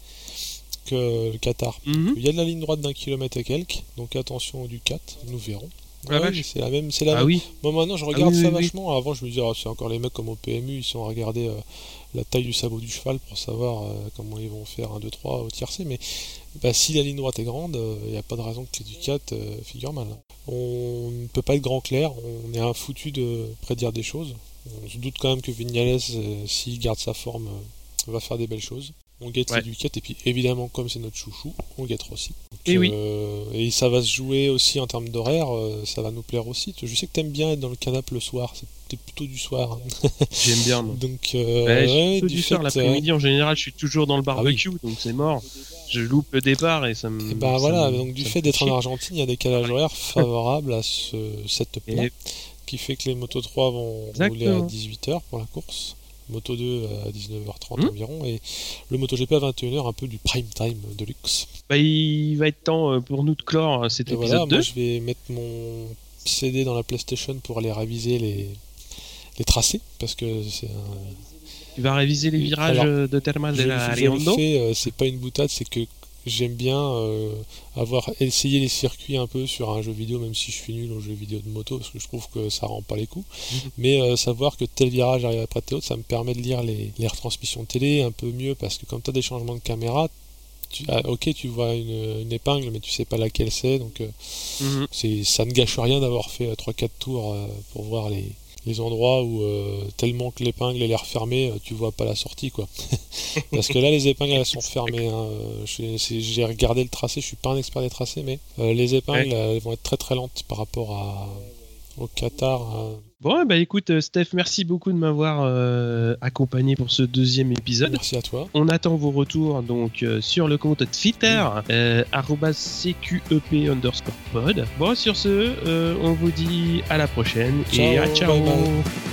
que le Qatar. Mm-hmm. Il y a de la ligne droite d'1 kilomètre et quelques, donc attention aux Ducats, nous verrons. Ah ouais, c'est la même. Oui. Moi maintenant je regarde ça vachement. Avant je me disais c'est encore les mecs comme au PMU, ils sont à regarder la taille du sabot du cheval pour savoir comment ils vont faire 1, 2, 3 au tiercé, mais si la ligne droite est grande, il n'y a pas de raison que les Ducats figurent mal. On ne peut pas être grand clair, on est un foutu de prédire des choses. On se doute quand même que Vignales, s'il garde sa forme, va faire des belles choses. On guette les Ducats, et puis évidemment, comme c'est notre chouchou, on guettera aussi. Donc, et ça va se jouer aussi en termes d'horaire, ça va nous plaire aussi. Je sais que t'aimes bien être dans le canapé le soir, c'est plutôt du soir. J'aime bien. Moi. Donc, je suis plutôt du soir, l'après-midi en général, je suis toujours dans le barbecue, donc c'est mort. Je loupe le départ et ça me. Et voilà, donc du fait d'être en Argentine, il y a des décalages horaires favorables à ce setup-là, qui fait que les Moto 3 vont rouler à 18h pour la course. Moto 2 à 19h30 environ, et le MotoGP à 21h, un peu du prime time de luxe. Il va être temps pour nous de clore cet épisode 2. Moi je vais mettre mon CD dans la PlayStation pour aller réviser les tracés, parce que c'est un... Tu vas réviser les virages de Termas de la Riondo. C'est pas une boutade, c'est que j'aime bien avoir essayé les circuits un peu sur un jeu vidéo, même si je suis nul aux jeux vidéo de moto, parce que je trouve que ça rend pas les coups. Mais savoir que tel virage arrive après tel autre, ça me permet de lire les retransmissions télé un peu mieux, parce que comme tu as des changements de caméra, tu vois une épingle, mais tu sais pas laquelle c'est, donc ça ne gâche rien d'avoir fait 3-4 tours pour voir les endroits où tellement que l'épingle est refermée, tu vois pas la sortie, quoi. Parce que là les épingles elles sont fermées, hein. J'ai regardé le tracé, je suis pas un expert des tracés, mais les épingles elles vont être très très lentes par rapport au Qatar. Bon, écoute, Steph, merci beaucoup de m'avoir accompagné pour ce deuxième épisode. Merci à toi. On attend vos retours donc sur le compte Twitter @CQEP_pod. Bon, sur ce, on vous dit à la prochaine. Ciao, et ciao. bye bye.